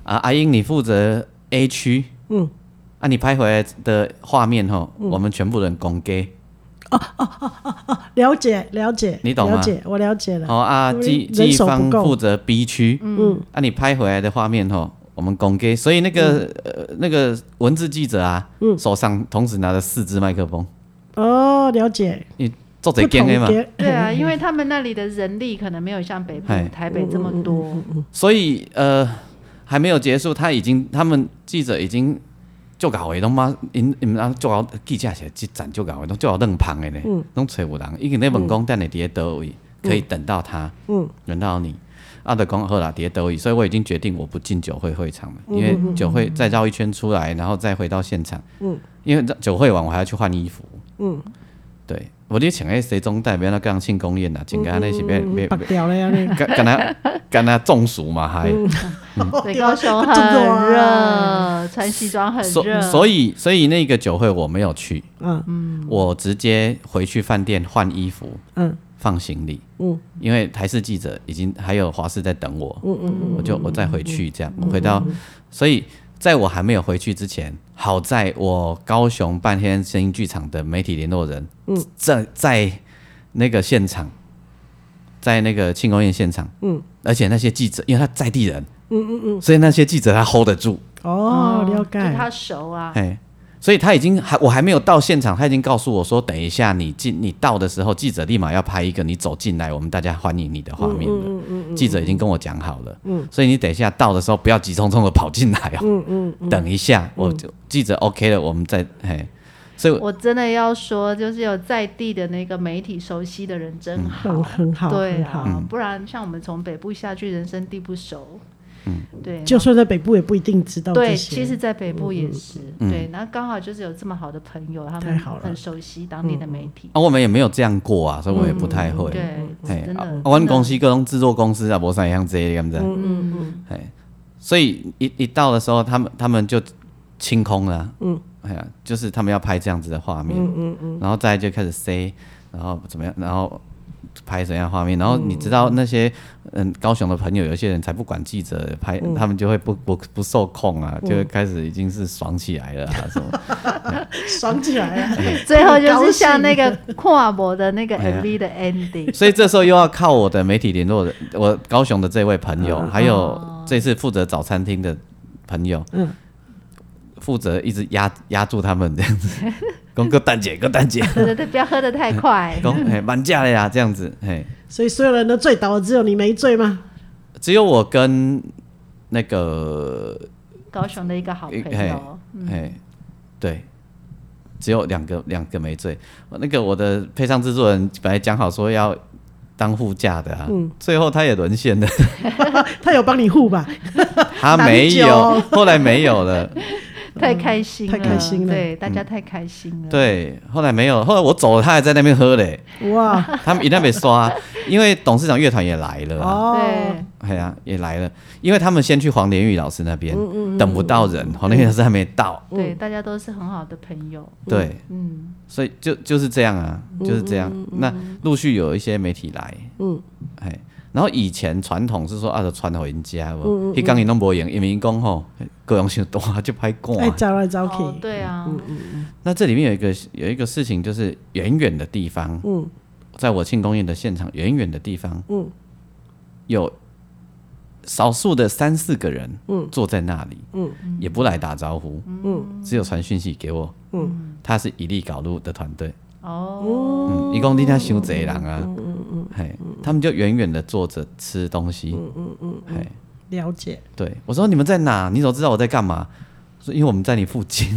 啊，阿英你负责 A 区，嗯，啊，你拍回来的画面吼，嗯、我们全部人公给。 哦哦哦哦哦，了解了解， 你懂吗？ 了解，我了解了。 哦啊，季季方负责 B 区，嗯，啊，你拍回来的画面吼，我们公给，所以那个、嗯、呃那个文字记者啊，嗯，手上同时拿着四支麦克风。 哦，了解。 你做这间的嘛？ 对啊，因为他们那里的人力可能没有像北部、台北这么多，嗯嗯嗯、 所以呃还没有结束，他已经他们记者已经。就搞的，拢嘛，因因啊，就搞记者是一站就搞的，拢就搞两旁的呢，拢找有人，已经咧问讲，等下伫咧倒位可以等到他，嗯，轮到你，啊，就讲好啦，伫咧倒位，所以我已经决定我不进酒会会场了，因为酒会再绕一圈出来，然后再回到现场，嗯，因为酒会完我还要去换衣服，嗯，对。我你穿迄西装带，免那讲庆功宴啦，穿个安尼是免免白掉了呀， 干干那干那中暑嘛还。 对，高雄很热，穿西装很热， 所以所以那个酒会我没有去，嗯，我直接回去饭店换衣服，嗯，放行李，嗯，因为台视记者已经还有华视在等我，嗯嗯嗯，我就我再回去这样，我回到，所以。在我还没有回去之前，好在我高雄半天声音剧场的媒体联络人，嗯，在在那个现场，在那个庆功宴现场，嗯，而且那些记者，因为他在地人，嗯嗯嗯，所以那些记者他 hold 得住， 哦，了解， 就他熟啊， 哎，所以他已经还我还没有到现场，他已经告诉我说，等一下你进你到的时候，记者立马要拍一个你走进来，我们大家欢迎你的画面了。嗯嗯嗯嗯、记者已经跟我讲好了，嗯，所以你等一下到的时候不要急匆匆的跑进来哦，嗯嗯嗯、等一下，我就记者 OK 了，我们再嘿。所以我真的要说，就是有在地的那个媒体熟悉的人真好， 嗯、很好， 对啊， 嗯、 不然像我们从北部下去，人生地不熟。嗯，对， 就算在北部也不一定知道这些。 对，其实，在北部也是，嗯、对，那刚好就是有这么好的朋友，他们很熟悉当地的媒体。 啊，我们也没有这样过啊，所以我也不太会。 嗯、对，真的。啊， 我们公司各种制作公司啊，无啥样这样子。嗯嗯嗯。哎，所以一一到的时候，他们他们就清空了。嗯。哎呀，就是他们要拍这样子的画面，嗯嗯嗯，然后再就开始塞，然后怎么样，然后。拍怎样画面？然后你知道那些嗯高雄的朋友，有些人才不管记者拍，嗯、他们就会不不不受控啊，嗯、就会开始已经是爽起来了啊什么， 爽起来了。 最后就是像那个跨博的那个 M V 的 ending。 所以这时候又要靠我的媒体联络人，我高雄的这位朋友，嗯、还有这次负责早餐厅的朋友，嗯，负责一直压压住他们这样子。讲个蛋姐，个蛋姐， 对对对，不要喝得太快。 讲嘿，满价了呀，这样子，嘿。 所以所有人都醉倒了，只有你没醉吗？ 只有我跟那个高雄的一个好朋友， 嘿，对，只有两个两个没醉。那个我的配唱制作人本来讲好说要当护驾的啊，嗯、最后他也沦陷了。 他有帮你护吧？ 他没有，后来没有了。 太开心了， 太开心了， 对，大家太开心了。 对，后来没有，后来我走了，他还在那边喝嘞。哇！他们一定被刷，因为董事长乐团也来了。 哦， 对，哎呀，也来了，因为他们先去黄连玉老师那边，嗯嗯、等不到人，黄连玉老师还没到。 对，大家都是很好的朋友。 对，嗯，所以就就是这样啊，就是这样。嗯、那陆续有一些媒体来，嗯，哎。然后以前传统是说啊，就传回人家，嗯嗯，迄工因拢无用，因为因讲吼，各样伤大就歹赶， 哎，走来走去， 哦，对啊，嗯嗯嗯。那这里面有一个有一个事情，就是远远的地方，嗯，在我庆功宴的现场，远远的地方，嗯，有少数的三四个人，嗯，坐在那里，嗯，也不来打招呼，嗯，只有传讯息给我，嗯，他是一力搞路的团队。哦，嗯，一共你那伤济人啊，嗯嗯嗯，嘿，他们就远远的坐着吃东西，嗯嗯嗯，嘿， 了解。 对，我说你们在哪？你怎么知道我在干嘛？说因为我们在你附近。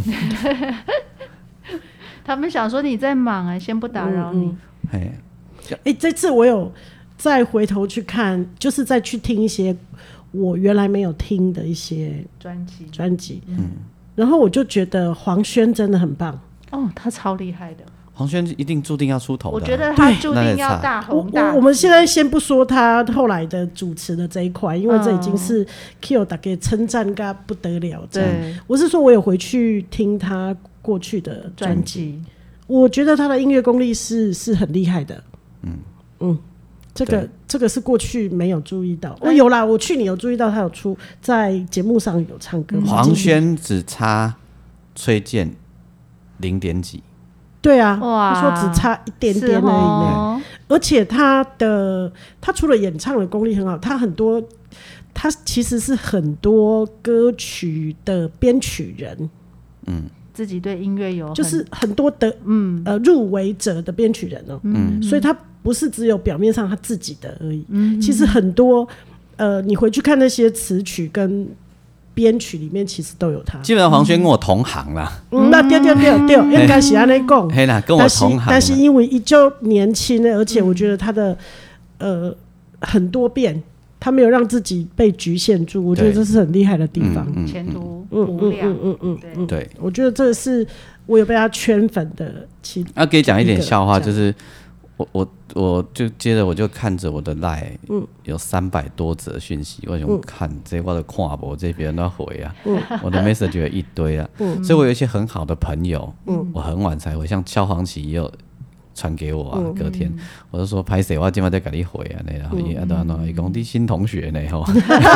他们想说你在忙啊，先不打扰你。 哎、嗯，哎、欸，这次我有再回头去看，就是再去听一些我原来没有听的一些专辑专辑，嗯，然后我就觉得黄轩真的很棒。 哦，他超厉害的。 黄轩一定注定要出头的、啊， 我觉得他注定要大红大紫。 我, 我们现在先不说他后来的主持的这一块，因为这已经是 Q 大概称赞噶不得了。对，我是说我有回去听他过去的专辑，我觉得他的音乐功力是是很厉害的。嗯嗯， 这个这个是过去没有注意到。我、哦、有啦，我去年有注意到他有出在节目上有唱歌。 黄轩只差崔健零点几。 对啊，他说只差一点点而已呢。而且他的他除了演唱的功力很好，他很多他其实是很多歌曲的编曲人， 嗯，自己对音乐有就是很多的嗯呃入围者的编曲人哦，嗯，所以他不是只有表面上他自己的而已，嗯，其实很多呃你回去看那些词曲跟编曲里面其实都有他。 基本上黄轩跟我同行啦， 嗯，那对对对对，应该是这样讲。 嘿啦，跟我同行。 但是因为依旧年轻，而且我觉得他的呃很多变，他没有让自己被局限住，我觉得这是很厉害的地方。 嗯嗯、前途无量。嗯嗯嗯嗯，对，我觉得这是我有被他圈粉的其。 啊，给讲一点笑话，就是我我我就接着我就看着我的 LINE， 嗯，有三百多则讯息，我想看、嗯、这我都看不，这别人都回啊，嗯，我的 message 有一堆啊，嗯，所以我有一些很好的朋友，嗯，我很晚才回，像萧煌奇也有传给我啊，嗯、隔天、嗯、我就说拍谁，我今晚在给你回啊，然后伊啊都安怎，伊讲你新同学呢吼，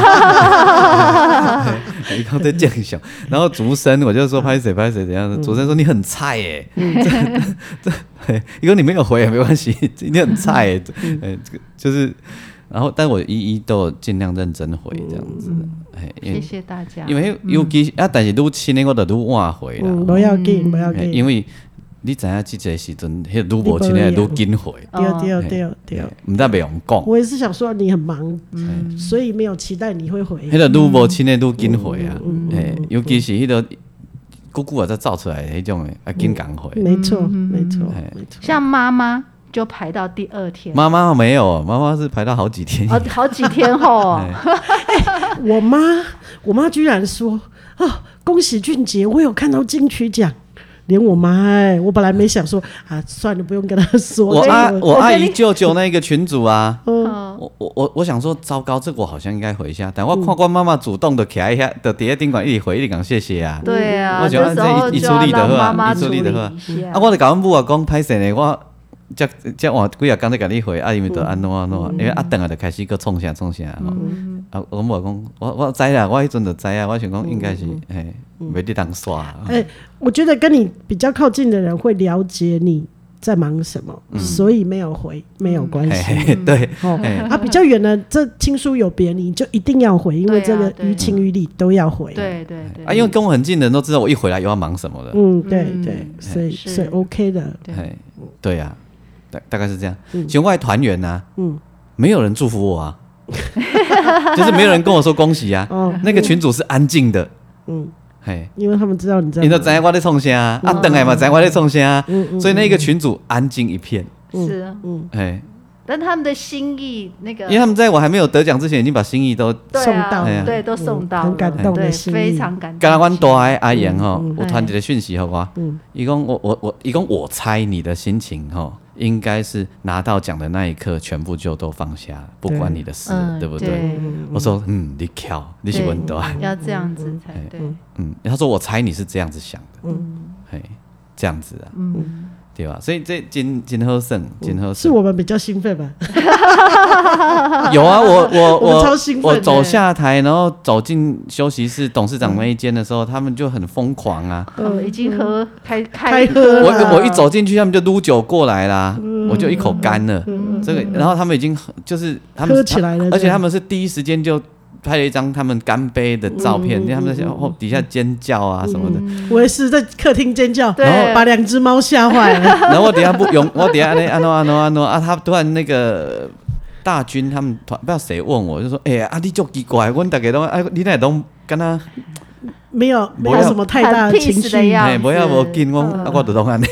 伊讲在讲笑，然后竹生我就说拍谁拍谁怎样，竹生说你很菜耶，嗯，这这，伊讲你没有回也没关系，你很菜耶，嗯、欸，这个就是，然后但我一一都有尽量认真回这样子， 嗯嗯、谢谢大家， 因为尤其、嗯、啊，但是愈亲的我就愈晚回啦， 不要紧不要紧， 因为。你知影这个时阵，迄个愈无亲的愈紧回， 对对对对， 唔得袂用讲。 我也是想说你很忙，嗯、所以没有期待你会回。 迄个愈无亲的愈紧回啊，诶、嗯，尤其是迄个姑姑啊，再造出来迄种诶，啊紧赶回。 没错，没错，没错。 像妈妈就排到第二天， 妈妈没有，妈妈是排到好几天， 哦，好几天后。欸、 我妈，我妈居然说：“哦，恭喜俊杰，我有看到金曲奖。”连我妈哎、欸，我本来没想说啊，算了，不用跟她说。 我阿我阿姨舅舅那个群组啊，嗯、我我我我想说，糟糕，这个我好像应该回一下。但我看过妈妈主动的起来一下，的底下顶管一直回，一直讲谢谢啊。 对啊， 我想这一处理的好，一处理的好。啊，我就甲阮母啊讲歹势呢，我才才换几啊工才甲你回，啊因为都安怎安怎，因为啊等下就开始搁创啥创啥吼。嗯、啊，我母讲，我我知啦，我迄阵就知啊，我想讲应该是嘿。没地当刷、啊欸，我觉得跟你比较靠近的人会了解你在忙什么，嗯、所以没有回没有关系。 嗯、对， 哦，啊，比较远的，这亲疏有别，你就一定要回，因为这个于情于理都要回。 对对对， 啊，因为跟我很近的人都知道我一回来又要忙什么的。 嗯，对对，所以所以 OK 的。 对对呀、啊，大大概是这样。境外团圆呐，嗯，没有人祝福我啊，就是没有人跟我说恭喜啊。哦、那个群组是安静的。嗯。嘿， 因为他们知道你在， 你都知道我在创啥啊，啊，等下嘛知道我在创啥，所以那个群组安静一片。 是，嗯，哎，但他们的心意那个， 因为他们在我还没有得奖之前，已经把心意都送到， 对，都送到， 很感动的心意， 非常感动。 刚刚阮大爱阿言吼，有传一个讯息给我，伊讲我我我，伊讲我猜你的心情吼。应该是拿到奖的那一刻，全部就都放下，不关你的事， 对,、嗯、对不对？对我说，嗯，你巧，你是稳的， 要这样子才对。 嗯，他说我猜你是这样子想的，嗯，嘿，这样子啊，嗯，对吧？所以这真真好胜，真好胜， 是我们比较兴奋吧？ 有啊，我我我超兴奋， 我走下台，然后走进休息室董事长那一间的时候，他们就很疯狂啊， 嗯，已经喝开开喝， 我我一走进去，他们就撸酒过来啦，嗯、我就一口干了，嗯、这个，然后他们已经就是他们喝起来了， 而且他们是第一时间就拍了一张他们干杯的照片，因为他们在底下尖叫啊什么的。 我也是在客厅尖叫，然后把两只猫吓坏了。 然后我底下不用，我底下那安诺安诺安诺啊，他突然那个大军他们团不知道谁问我，就说：“哎呀，啊你就奇怪，我大家都啊，你那都跟他没有没有什么太大的情绪， 哎，不要我紧，我啊我都懂安尼。”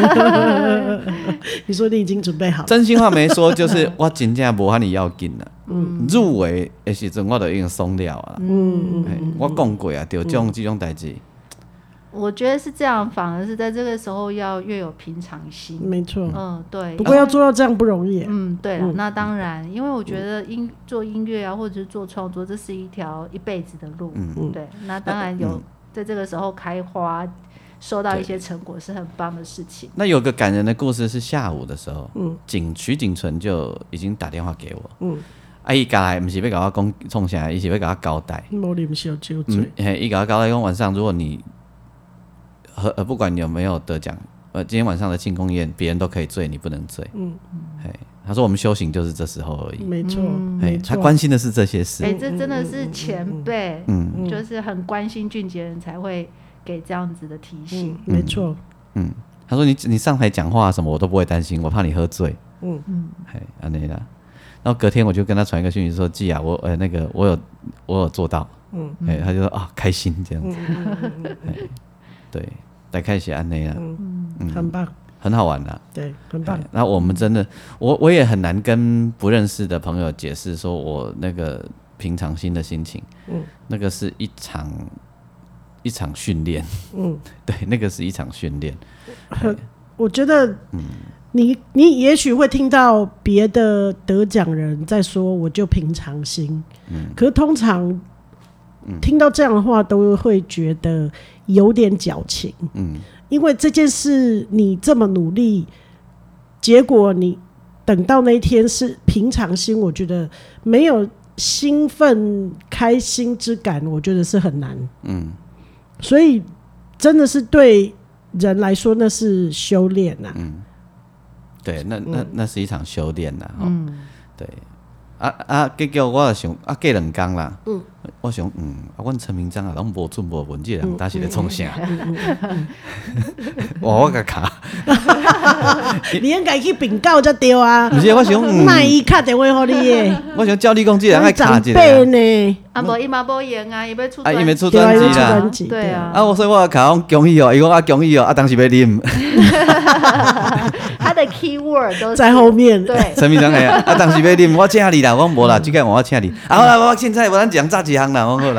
你说你已经准备好？ 真心话没说，就是我真正无喊你要紧了。嗯，入围的时阵我就已经松了啊。嗯嗯，我讲过啊，就这种这种代志。 我觉得是这样，反而是在这个时候要越有平常心。 没错， 嗯，对。 不过要做到这样不容易。 嗯，对了，嗯、那当然，因为我觉得音做音乐啊，或者是做创作，这是一条一辈子的路。嗯，对。那当然有在这个时候开花， 收到一些成果，是很棒的事情。 那有个感人的故事是下午的时候，嗯，景徐景纯就已经打电话给我，嗯，啊，伊家来不是要跟我讲创啥，伊是要跟我交代， 无啉烧酒醉， 嘿，伊跟我交代讲晚上如果你和呃不管你有没有得奖，呃，今天晚上的庆功宴别人都可以醉，你不能醉，嗯，嘿。他说：“我们修行就是这时候而已。” 没错， 哎，他关心的是这些事。 哎，这真的是前辈，嗯，就是很关心俊杰人才会给这样子的提醒。 没错， 嗯，他说：“你你上台讲话什么我都不会担心，我怕你喝醉。”嗯嗯，哎，安内啦。然后隔天我就跟他传一个讯息说：“季啊，我呃那个我有我有做到。”嗯，哎，他就说：“啊，开心这样子。”哎，对，大概是安内啦。 嗯，很棒。 很好玩的， 对，很棒。 那我们真的，我我也很难跟不认识的朋友解释，说我那个平常心的心情，嗯，那个是一场一场训练，嗯，对，那个是一场训练。 我觉得，嗯，你你也许会听到别的得奖人在说，我就平常心，嗯，可是通常听到这样的话，都会觉得有点矫情，嗯。因为这件事你这么努力，结果你等到那一天是平常心，我觉得没有兴奋开心之感，我觉得是很难。嗯，所以真的是对人来说那是修炼呐。嗯， 对，那那那是一场修炼呐。嗯，对。啊啊！结果我就想啊，过两天啦。嗯，我想嗯，啊，阮陈明章啊，拢无准无文，这个人到底是咧创啥？哇！我甲卡， 你应该去禀告才对啊。 不是，我想， 那伊打电话给你耶。 我想叫你讲，这个人爱卡一下。长呢？ 啊，无伊嘛无闲啊，伊要出啊，伊要出专辑啦。 对啊。 啊，我所以我卡讲恭喜哦，伊讲啊恭喜哦，啊当时要啉。 他的 keyword 都在后面。 对。 陈明章哎呀，啊当时要啉，我请你啦，我无啦，即个我请你。啊好啦，我凊彩，无咱讲炸几行啦，我好啦。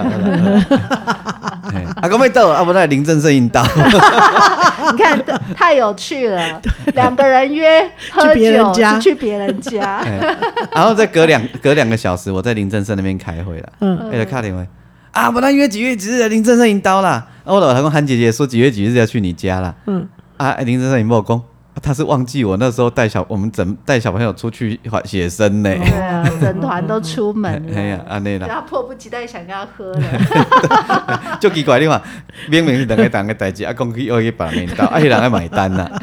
啊，讲要倒，啊无咱林正盛引导。 你看太有趣了，两个人约喝酒是去别人家， 然后再隔两隔两个小时，我在林正盛那边开会了，嗯，哎，就打电话啊，不然约几月几日林正盛引导啦，啊，我老他跟韩姐姐说几月几日要去你家啦，嗯，啊，林正盛引导讲。他是忘记我那时候带小我们整带小朋友出去写生呢， 对啊，整团都出门了， 哎呀，安内啦， 然后迫不及待想要喝了， 就奇怪你嘛，明明是两个人的代志，啊，讲去又去别人家，啊，迄人爱买单呐，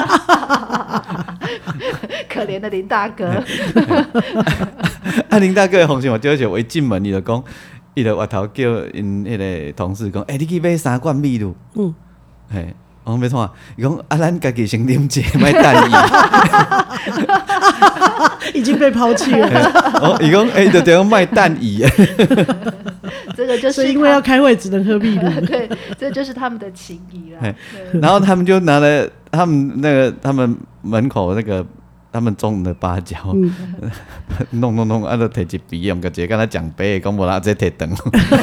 可怜的林大哥， 啊，林大哥的方式嘛，就是我一进门，伊就讲，伊就外头叫因迄个同事讲，哎、欸，你去买三罐蜜露，嗯，嘿。我讲要创啊，伊讲啊，咱家己先啉一下，莫等伊，已经被抛弃了。 哦，伊讲哎，就这样莫等伊。 这个就是因为要开会只能喝蜜露。 对，这就是他们的情谊了。 然后他们就拿了他们那个他们门口那个他们种的芭蕉，嗯、弄弄弄，啊，就摕一支用个一个跟他奖杯，讲无啦，这摕长。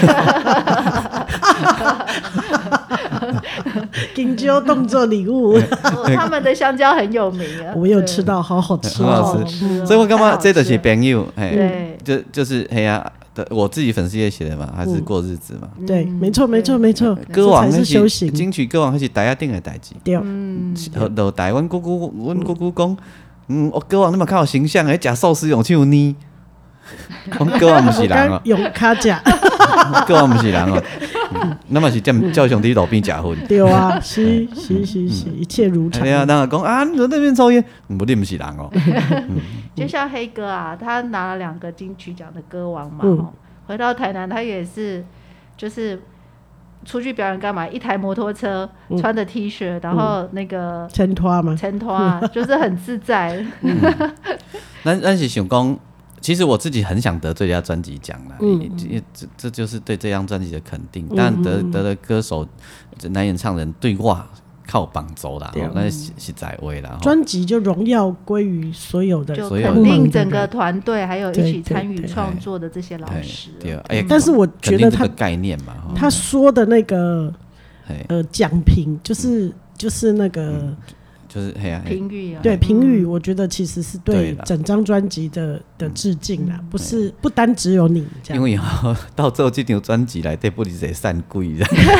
金蕉动作礼物、 哦，他们的香蕉很有名啊。 我有吃到，好好吃， 好好吃。所以我感觉这就是朋友，对，就就是嘿呀、啊，我自己粉丝页写的嘛，还是过日子嘛。 嗯、对，没错，没错，没错。 歌王是修行， 金曲歌王那是台下顶的代志。 对， 嗯，落台阮姑姑，阮姑姑讲，嗯，我歌王那么较有形象，诶，食寿司用手捏。我歌王不是人哦， 用卡夹。 歌王不是人哦。那么是叫叫兄弟路边吃薰， 对啊，是是是是，一切如常。 对啊，人家讲啊，你在那边抽烟，不，你不是人哦。 就像黑哥啊，他拿了两个金曲奖的歌王嘛，嗯、回到台南，他也是就是出去表演干嘛？一台摩托车，嗯、穿的 T 恤，然后那个衬托嘛， 衬托就是很自在。 咱咱是想讲。其实我自己很想得最佳专辑奖啦，嗯、这这就是对这张专辑的肯定。当然得得了歌手、男演唱人对我靠帮助啦，那是是在位啦。 专辑就荣耀归于所有的， 就肯定整个团队，还有一起参与创作的这些老师。 对，哎， 但是我觉得他概念嘛， 他说的那个呃奖评，就是就是那个。 就是嘿啊， 评语啊， 对评语，我觉得其实是对对啦整张专辑的的致敬啦，不是不单只有你这样。 因为吼到最后这张专辑内底不是会散鬼，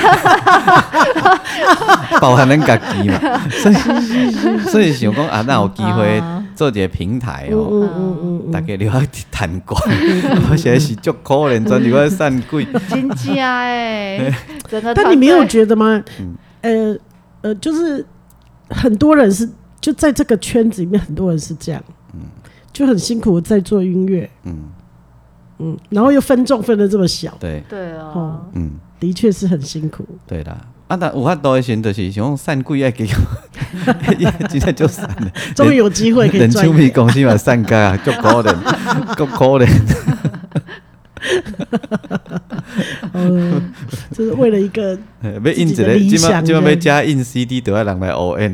包含咱家己嘛，所以所以想讲啊，那有机会做一个平台哦， 嗯嗯嗯嗯大家了解谈歌，我现在是足可怜，专辑我散鬼。 真假哎，整个团队。 但你没有觉得吗？呃呃，就是很多人是就在这个圈子里面，很多人是这样，就很辛苦的在做音乐，嗯嗯，然后又分众分的这么小， 对对啊， 哦， 嗯， 的确是很辛苦。 对啦。啊，但有法度的时阵，就是想讲散鬼爱给，真的就散了。 终于有机会可以连赚唱片公司嘛散假啊，足可怜，足可怜。 呃，就是为了一个要印一个，今麦今麦要加印 C D， 都要人来 O N。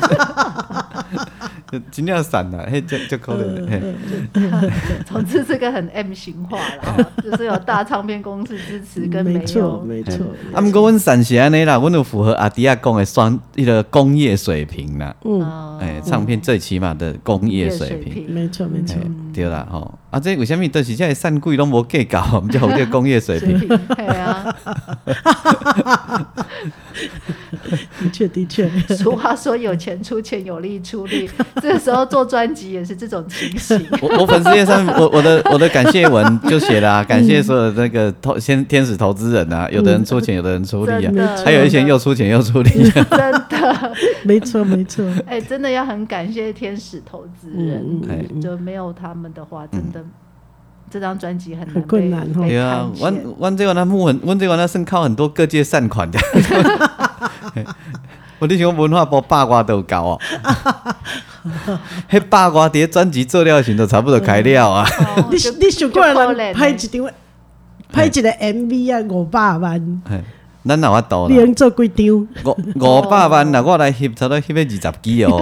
真正散啦，迄足足可怜。 总之是个很 M 型化啦，就是有大唱片公司支持跟没有。 没错没错。 啊，不过阮散是安尼啦，阮有符合阿迪亚讲的双迄个工业水平啦。嗯，哎，唱片最起码的工业水平。 没错没错。 对啦吼，啊，这为什么都是这散鬼拢无计较，毋就有这工业水平？ 对啊。 的确的确。 俗话说有钱出钱，有力出力。这个时候做专辑也是这种情形。 我我粉丝页上，我我的我的感谢文就写了、啊，感谢所有的那个投先天使投资人啊，有的人出钱，有的人出力啊，还有一些人又出钱又出力、啊。 真的， 没错没错。 哎、欸，真的要很感谢天使投资人， 嗯嗯、就没有他们的话，真的。嗯这张专辑很难很困难哦。 对啊，阮阮这个那木很，阮这个那算靠很多各界善款的。我你想文化部百外都有够哦，迄百外伫专辑做了的时候，差不多开了啊。 哦、你你想过来拍一张，拍一个 M V 啊，五百万。 咱哪法度啦？ 你能做几张？ 五五百万啦，我来翕，差不多翕要二十几哦。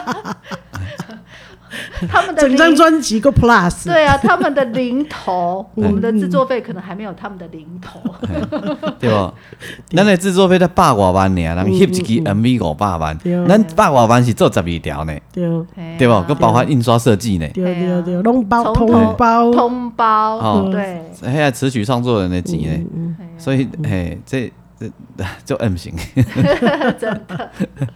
他们的整张专辑个 plus， 对啊，他们的零头，我们的制作费可能还没有他们的零头， 对不？咱的制作费才百外万呢，人翕一支 M V 五百万，咱百外万是做十二条呢， 对对不？佮包括印刷设计呢， 对对对，拢包通包通包，对， 迄个词曲创作人的钱呢，所以嘿，这这就 M 型， 真的。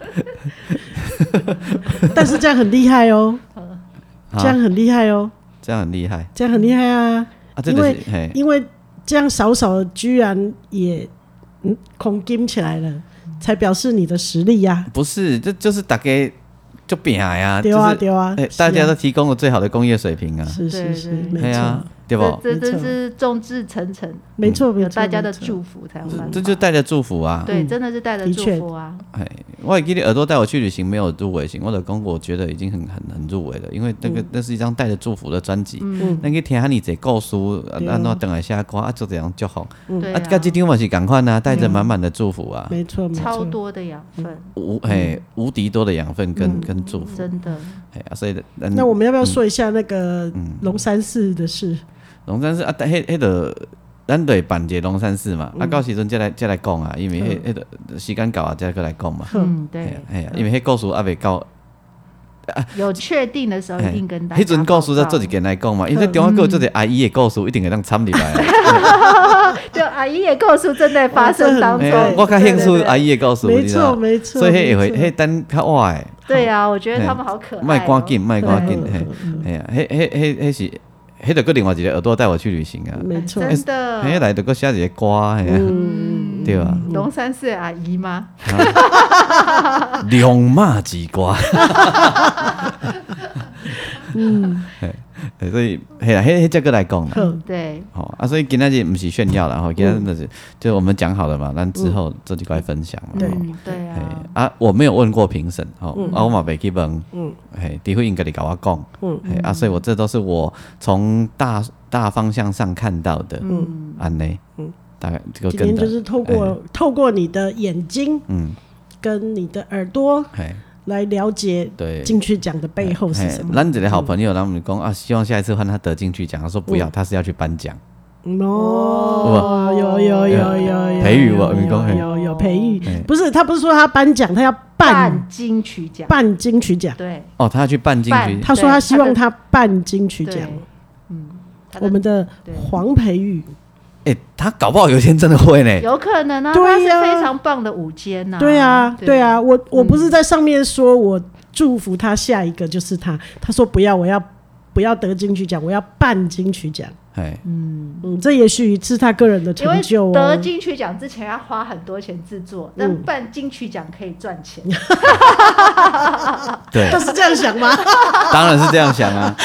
但是这样很厉害哦。这样很厉害哦， 这样很厉害， 这样很厉害啊！ 啊，这因为因为这样少少的居然也嗯空金起来了，才表示你的实力呀、啊。 不是，这就是大家就拼呀， 对啊对啊， 欸、大家都提供了最好的工业水平啊， 是是是，没错。 对不？ 这这是众志成城， 没错， 有大家的祝福才有办法。 这就带着祝福啊！ 对，真的是带着祝福啊！ 哎，我还记得耳朵带我去旅行没有入围型，我的公我觉得已经很很很入围了，因为那个那是一张带着祝福的专辑，那个听下你这故事，安怎等来下歌啊，就这样就好。啊，跟这张嘛是同款啊，带着满满的祝福啊， 没错， 超多的养分， 无哎无敌多的养分跟跟祝福， 真的。 哎啊，所以那我们要不要说一下那个龙山寺的事？ 龙山寺啊，迄迄个咱得办一个龙山寺嘛，啊，到时阵再来再来讲啊，因为迄迄个时间到啊，再过来讲嘛。 嗯，对。 哎呀，因为迄故事还未到， 有确定的时候一定跟大家。 迄阵故事再做一件来讲嘛，因为中央还有做一个阿姨的故事，一定会当掺入来。 就阿姨的故事正在发生当中。 我较兴趣阿姨的故事， 没错没错。 所以迄会迄等较晚诶。 对啊，我觉得他们好可爱。 卖赶紧，卖赶紧，嘿，哎呀，迄迄迄迄是。迄个另外一个耳朵带我去旅行啊， 没错， 真的。 迄来就搁写一个歌，嘿啊，对吧？ 龙山寺阿姨吗？ 两马之歌。嗯，所以嘿啦，迄迄这个来讲啦， 对， 好啊，所以今仔日不是炫耀啦，吼，今仔日是就我们讲好了嘛，咱之后这几块分享嘛， 对对啊， 啊，我没有问过评审，吼，啊，我嘛袂去问，嗯，嘿，除非因家己甲我讲，嗯，嘿啊，所以我这都是我从大大方向上看到的，嗯，安内，嗯，大概这个今天就是透过透过你的眼睛， 嗯， 跟你的耳朵，嘿。来了解金曲奖的背后是什么？ 咱一个好朋友，然后我们讲啊，希望下一次换他得金曲奖。他说不要，他是要去颁奖。 哦，有有有有有培育我， 有有培育，不是他不是说他颁奖，他要办金曲奖， 办金曲奖。 对， 哦，他要去办金曲， 他说他希望他办金曲奖。 嗯， 我们的黄培玉。 哎、欸，他搞不好有一天真的会呢， 有可能啊， 对啊， 他是非常棒的舞监呐。 对啊，对啊，我我不是在上面说我祝福他下一个就是他，他说不要，我要不要得金曲奖，我要办金曲奖。 哎， 嗯嗯，这也许是他个人的成就、哦。 因为得金曲奖之前要花很多钱制作，但办金曲奖可以赚钱。 对， 都是这样想吗？ 当然是这样想啊。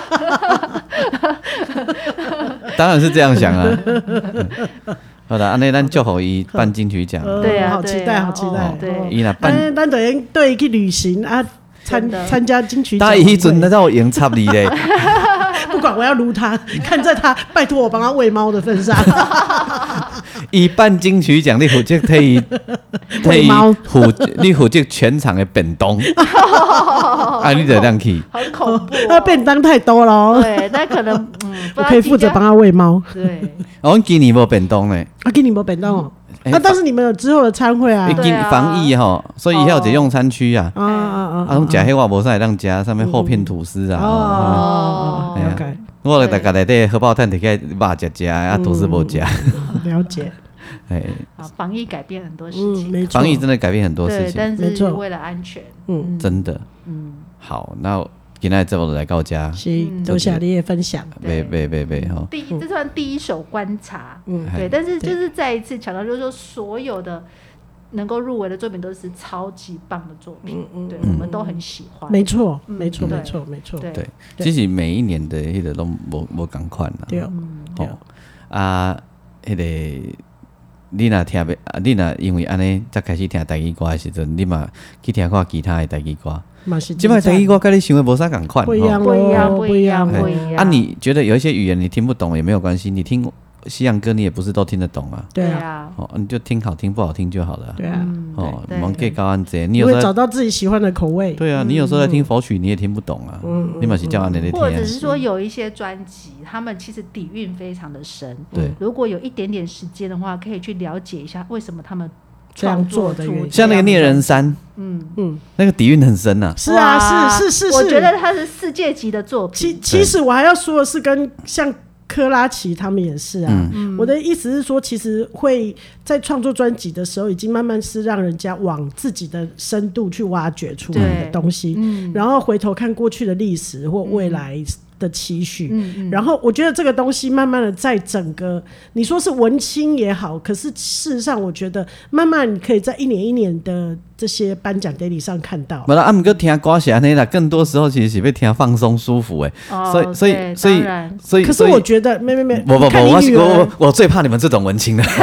当然是这样想啊。嗯、好的，安内咱祝福伊办金曲奖。 对啊， 好期待，好期待。 对， 伊若办， 咱等于对去旅行啊，参参加金曲奖。 他迄阵那让我赢插你嘞。 不管我要撸他，看在他拜托我帮他喂猫的份上。 伊办金曲奖，你负责替伊喂猫， 负你负责全场的便当。啊，你就这样去， 好恐怖、哦！ 他便当太多了。 对，那可能嗯， 我可以负责帮他喂猫。 对， 我们今年没便当呢。 啊，今年没便当哦。嗯、啊，但是你们有之后的餐会啊。 今防疫哈，所以以后有一个用餐区啊。啊啊啊！啊，我们吃迄我无啥让吃，上面厚片吐司啊。 哦哦 OK。 我大家内底荷包蛋摕起来肉食食，啊吐司无食。 了解。 哎，防疫改变很多事情， 嗯、 防疫真的改变很多事情， 但是为了安全， 嗯， 真的，嗯，好，那今天这我来到家， 是多谢你的分享， 别别别别哈， 第一，这算第一手观察，嗯，对，但是就是再一次强调，就是说所有的能够入围的作品都是超级棒的作品，嗯嗯，对，我们都很喜欢， 没错，没错，没错，没错， 对，其实每一年的迄个都无无共款啦， 对， 哦啊，迄个。你若听袂，你若因为安尼才开始听台语歌的时阵，你嘛去听看其他的台语歌。即摆台语歌跟你想的无啥共款， 不一样， 不一样，不一样，不一样。 啊，你觉得有一些语言你听不懂也没有关系，你听西洋歌你也不是都听得懂啊。 对啊， 哦，你就听好听不好听就好了。 对啊， 哦，忙给高安这，你有时候找到自己喜欢的口味。 对啊，你有时候在听佛曲你也听不懂啊，你嘛是叫安尼在听。 或者是说有一些专辑，他们其实底蕴非常的深。 对， 如果有一点点时间的话，可以去了解一下为什么他们这样做的原因。 像那个聂人山，嗯嗯，那个底蕴很深呐。 是啊，是是是是， 我觉得他是世界级的作品。 其其实我还要说的是，跟像。珂拉琪他们也是啊、嗯，我的意思是说，其实会在创作专辑的时候，已经慢慢是让人家往自己的深度去挖掘出来的东西，嗯、然后回头看过去的历史或未来的期许，嗯嗯、然后我觉得这个东西慢慢的在整个你说是文青也好，可是事实上我觉得慢慢你可以在一年一年的这些颁奖典礼上看到。 没啦，啊，不过听歌是安尼啦，更多时候其实是要听放松舒服诶、 哦， 所以所以所以所以， 可是我觉得没没没， 不不不，我我我最怕你们这种文青的。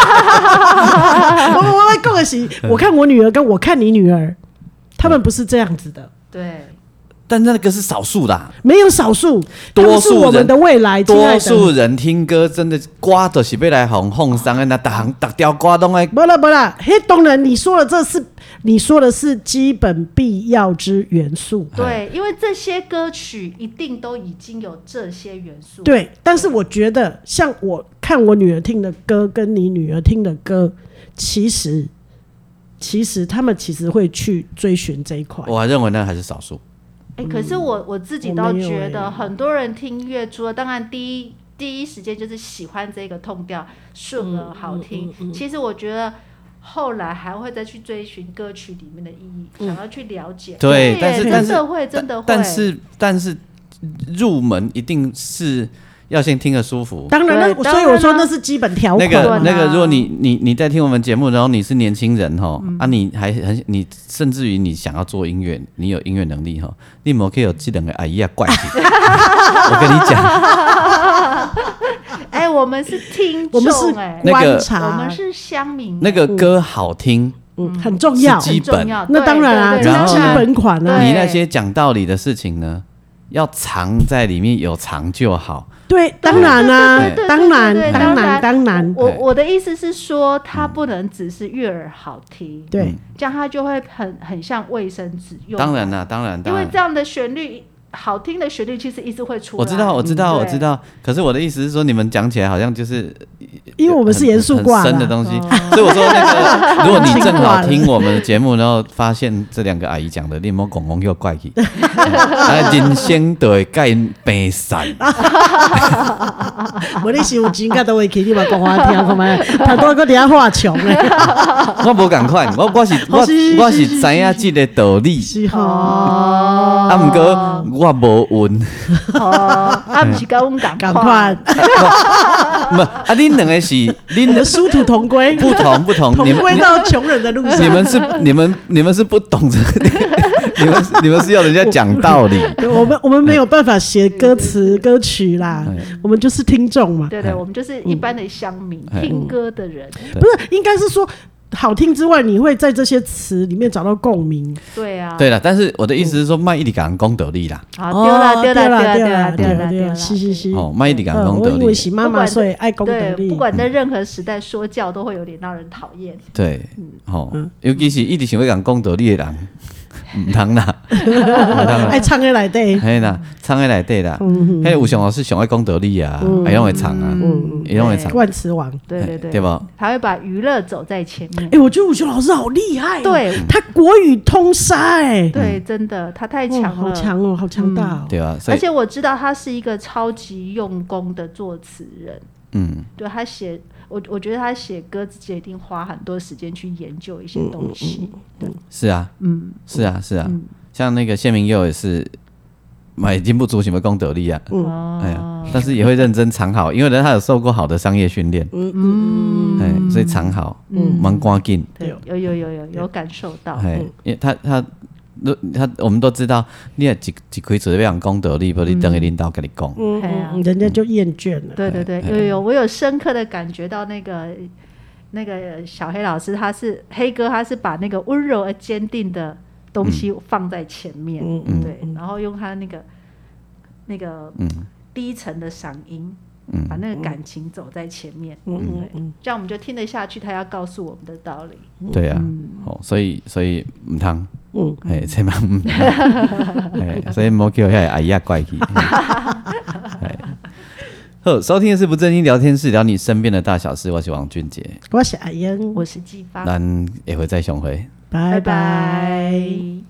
我我我讲的是，我看我女儿跟我看你女儿，他们不是这样子的。 对。 但那个是少数的、啊， 没有少数， 多数人我们的未来。 多数人听歌真的歌都是要来哄哄伤的，那大行大条歌都爱。 不啦不啦，嘿，当然你说的这是你说的是基本必要之元素。 对，因为这些歌曲一定都已经有这些元素。 对，但是我觉得像我看我女儿听的歌，跟你女儿听的歌，其实其实他们其实会去追寻这一块。 我还认为那还是少数。 欸、可是我我自己倒觉得，很多人听音乐，除了当然第一第一时间就是喜欢这个痛调顺耳好听、嗯嗯嗯，其实我觉得后来还会再去追寻歌曲里面的意义，嗯、想要去了解。 对，但是真的会真的会， 但是但是入门一定是。要先听得舒服， 当然了，所以我说那是基本条款。 那个那个，如果你你你在听我们节目，然后你是年轻人哈、嗯，啊，你还很你甚至于你想要做音乐，你有音乐能力哈，你冇可以有这两个阿姨啊怪气。我跟你讲， 哎、欸，我们是听众、欸， 我们是观察， 我们是乡民、欸， 那个歌好听。 嗯，很重要， 基本。 那当然啊，这是基本款啊。 你那些讲道理的事情呢，要藏在里面，有藏就好。 对，当然啦、啊，当然，当然，当然。 我我的意思是说，它不能只是悦耳好听， 对、嗯， 这样它就会很很像卫生纸用。 当然啦，当然， 因为这样的旋律好听的旋律其实一直会出来。 我知道，我知道， 嗯、 我知道。可是我的意思是说，你们讲起来好像就是因为我们是严肃挂很深的东西，哦、所以我说那个，如果你正好听我们的节目，然后发现这两个阿姨讲的，你莫讲讲又怪去，啊，人生就会改变散。 我你是有钱甲都会去，你嘛讲我听看卖，他都搁伫遐画墙咧。 我无共款，我我是我我是知影这个道理。 是吼， 啊，毋过我无运。 哦，啊，毋是甲阮共款。 不，啊，恁两个是恁的殊途同归， 不同不同， 同归到穷人的路上。 你们是你们你们是不懂这个，你们你们是要人家讲道理。 我们我们没有办法写歌词歌曲啦，我们就是听众嘛。 对对，我们就是一般的乡民，听歌的人。 不是，应该是说。好听之外，你会在这些词里面找到共鸣。 对啊， 对了，但是我的意思是说，卖一直讲功德力啦。 好，对啦，对啦，对啦，对啦，对啦，对啦， 是是是。 哦，卖一直讲功德力。 我以为是妈妈，所以爱功德力。 不管在任何时代说教，都会有点让人讨厌。 对，哦，尤其是一直想要讲功德力的人。唔通啦， 爱唱喺内底， 系啦，唱喺内底啦。迄有上老师上爱功德力啊，伊拢会唱啊，伊拢会唱。 万词王， 对对对， 对吧？ 他会把娱乐走在前面。 哎，我觉得武雄老师好厉害， 对他国语通杀，哎， 对，真的，他太强了， 好强哦，好强大哦， 对啊。 而且我知道他是一个超级用功的作词人， 嗯， 对他写。我我觉得他写歌之前一定花很多时间去研究一些东西，对， 是啊，嗯，是啊，是啊，嗯、像那个谢明佑也是，嘛已经不足什么功德力啊，嗯，哎呀，但是也会认真藏好，因为人他有受过好的商业训练，嗯嗯，哎，所以藏好，嗯，蛮赶紧， 对，有有有有有感受到， 哎，因为他他。他我们都知道，你也一一开始要讲功德力，不你等个领导跟你讲， 嗯嗯，人家就厌倦了。 对对对，有有，我有深刻的感觉到那个那个小黑老师，他是黑哥，他是把那个温柔而坚定的东西放在前面，嗯、对，然后用他那个那个低沉的嗓音。嗯、把那个感情走在前面，嗯嗯，这样我们就听得下去他要告诉我们的道理。 对啊，嗯、哦，所以所以唔通，嗯，哎，千万唔通，哎，所以莫叫遐阿姨怪去。好，收听的是不正经聊天室，聊你身边的大小事。我是王俊杰， 我是阿英， 我是季芳， 咱下回再相会， 拜拜。